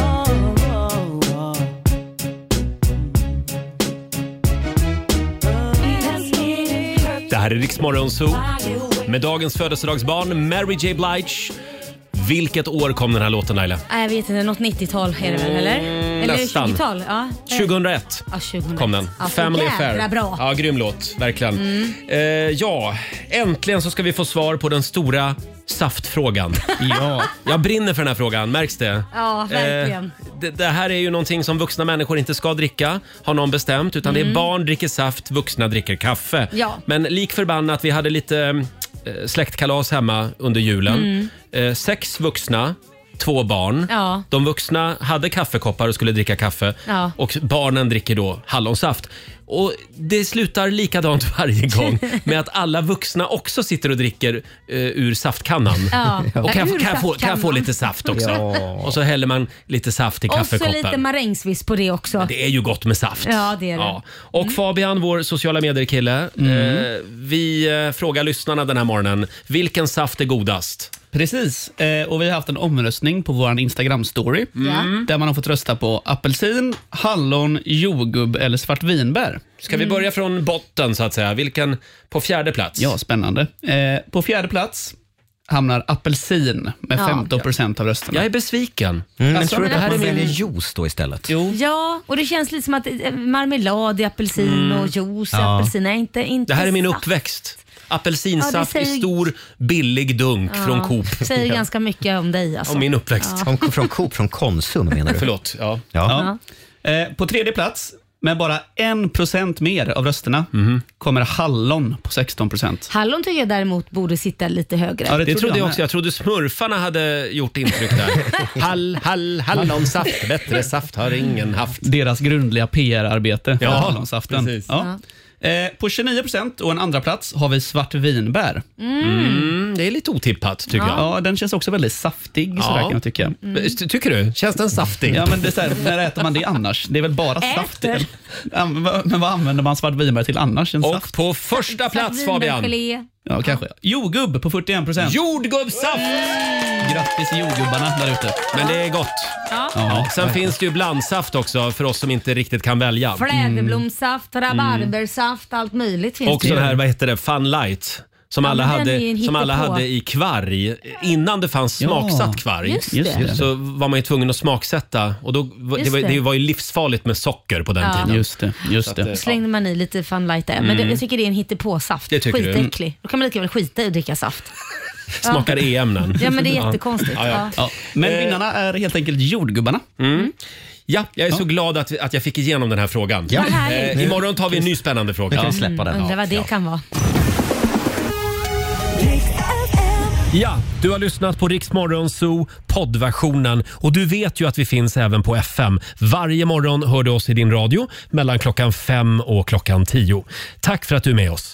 Det här är Rix Morgon Zoo med dagens födelsedagsbarn Mary J. Blige. Vilket år kom den här låten, Laila? Jag vet inte, något nittiotal är det väl, eller? Eller nästan. tjugotal? Ja. tjugohundraett Ja, tjugohundraett kom den. Alltså, Family jävla Affair. bra. Ja, grym låt, verkligen. Mm. Eh, ja, äntligen så ska vi få svar på den stora saftfrågan. Ja, jag brinner för den här frågan, märks det? Ja, verkligen. Eh, det, det här är ju någonting som vuxna människor inte ska dricka, har någon bestämt, utan Mm. det är barn dricker saft, vuxna dricker kaffe. Ja. Men lik förbannat, vi hade lite eh, släktkalas hemma under julen. Mm. Eh, sex vuxna, två barn. Ja. De vuxna hade kaffekoppar och skulle dricka kaffe. Ja. Och barnen dricker då hallonsaft. Och det slutar likadant varje gång med att alla vuxna också sitter och dricker uh, ur saftkannan. Ja. Och kan, Ur kan, jag få, kan jag få saftkannan. lite saft också? Ja. Och så häller man lite saft i Och så kaffekoppen. lite marängsviss på det också. Det är ju gott med saft. Ja, det är det. Ja. Och Fabian, vår sociala medier-kille, eh, vi eh, frågar lyssnarna den här morgonen. Vilken saft är godast? Precis, eh, och vi har haft en omröstning på vår Instagram-story Mm. där man har fått rösta på apelsin, hallon, jordgubb eller svartvinbär. Ska vi börja från botten så att säga? Vilken på fjärde plats? Ja, spännande. Eh, på fjärde plats hamnar apelsin med Ja. femton procent av rösterna. Jag är besviken. Mm, men Alltså, tror du det att här man är min- väljer juice då istället? Jo. Ja, och det känns lite som att eh, marmelad i apelsin och juice i Ja. apelsin är inte, inte Det här är min saft. uppväxt. Ja, Apelsinsaft det säger- i stor, billig dunk Ja, från Coop. säger ganska mycket om dig alltså. Om min uppväxt. Ja. Från, från Coop, från Konsum menar du? Förlåt. Ja. Ja. Ja. Eh, på tredje plats, med bara en procent mer av rösterna, kommer hallon på sexton procent. Hallon tycker jag däremot borde sitta lite högre. Ja, Det trodde trodde jag med. också. Jag trodde smurfarna hade gjort intryck där. Hall, hall, hallonsaft. Bättre saft har ingen haft. Deras grundliga P R-arbete för Ja, hallonsaften. precis. Ja. Eh, på tjugonio procent och en andra plats har vi svartvinbär. Mm, det är lite otippat tycker jag. Ja, den känns också väldigt saftig Ja. sådär kan jag tycka. Tycker du? Känns den saftig? Ja, men det är så här, när äter man det annars? Det är väl bara saft i den. Ja, men vad- Men vad använder man svartvinbär till annars? En Och saft? på första plats Fabian. Gelé. Ja, kanske. Jordgubb på fyrtioen procent. Jordgubbssaft! Grattis jordgubbarna där ute. Men det är gott. Ja. Ja, Sen finns det ju blandsaft också för oss som inte riktigt kan välja. Fläderblomssaft, rabarbersaft, allt möjligt finns Och det. sån här, vad heter det, Fun Light. Som Ja, alla, men den är ju en hade, som alla hittepå. hade i kvarg. Innan det fanns Ja, smaksatt kvarg Just Just det. det. så var man ju tvungen att smaksätta. Och då, var- det, Just var, det. det var ju livsfarligt med socker på den Ja. tiden. Just det. Just Så att, det. eh, Slängde man i lite Fun Light där. Men det, jag tycker det är en hittepåsaft. Det tycker du? Skitäcklig. Då kan man lika väl skita i att dricka saft. Smakar E-ämnen. Ja men det är jättekonstigt. Ja, ja. Ja. Ja. Men Eh. vinnarna är helt enkelt jordgubbarna. Ja, jag är så glad att, vi- att jag fick igenom den här frågan. Ja. Vad härligt. Eh, imorgon tar vi en ny spännande Nu fråga. kan vi släppa den. Undrar vad det Ja. kan vara. Ja, du har lyssnat på Rix Morgon Zoo poddversionen och du vet ju att vi finns även på F M. Varje morgon hör du oss i din radio mellan klockan fem och klockan tio. Tack för att du är med oss.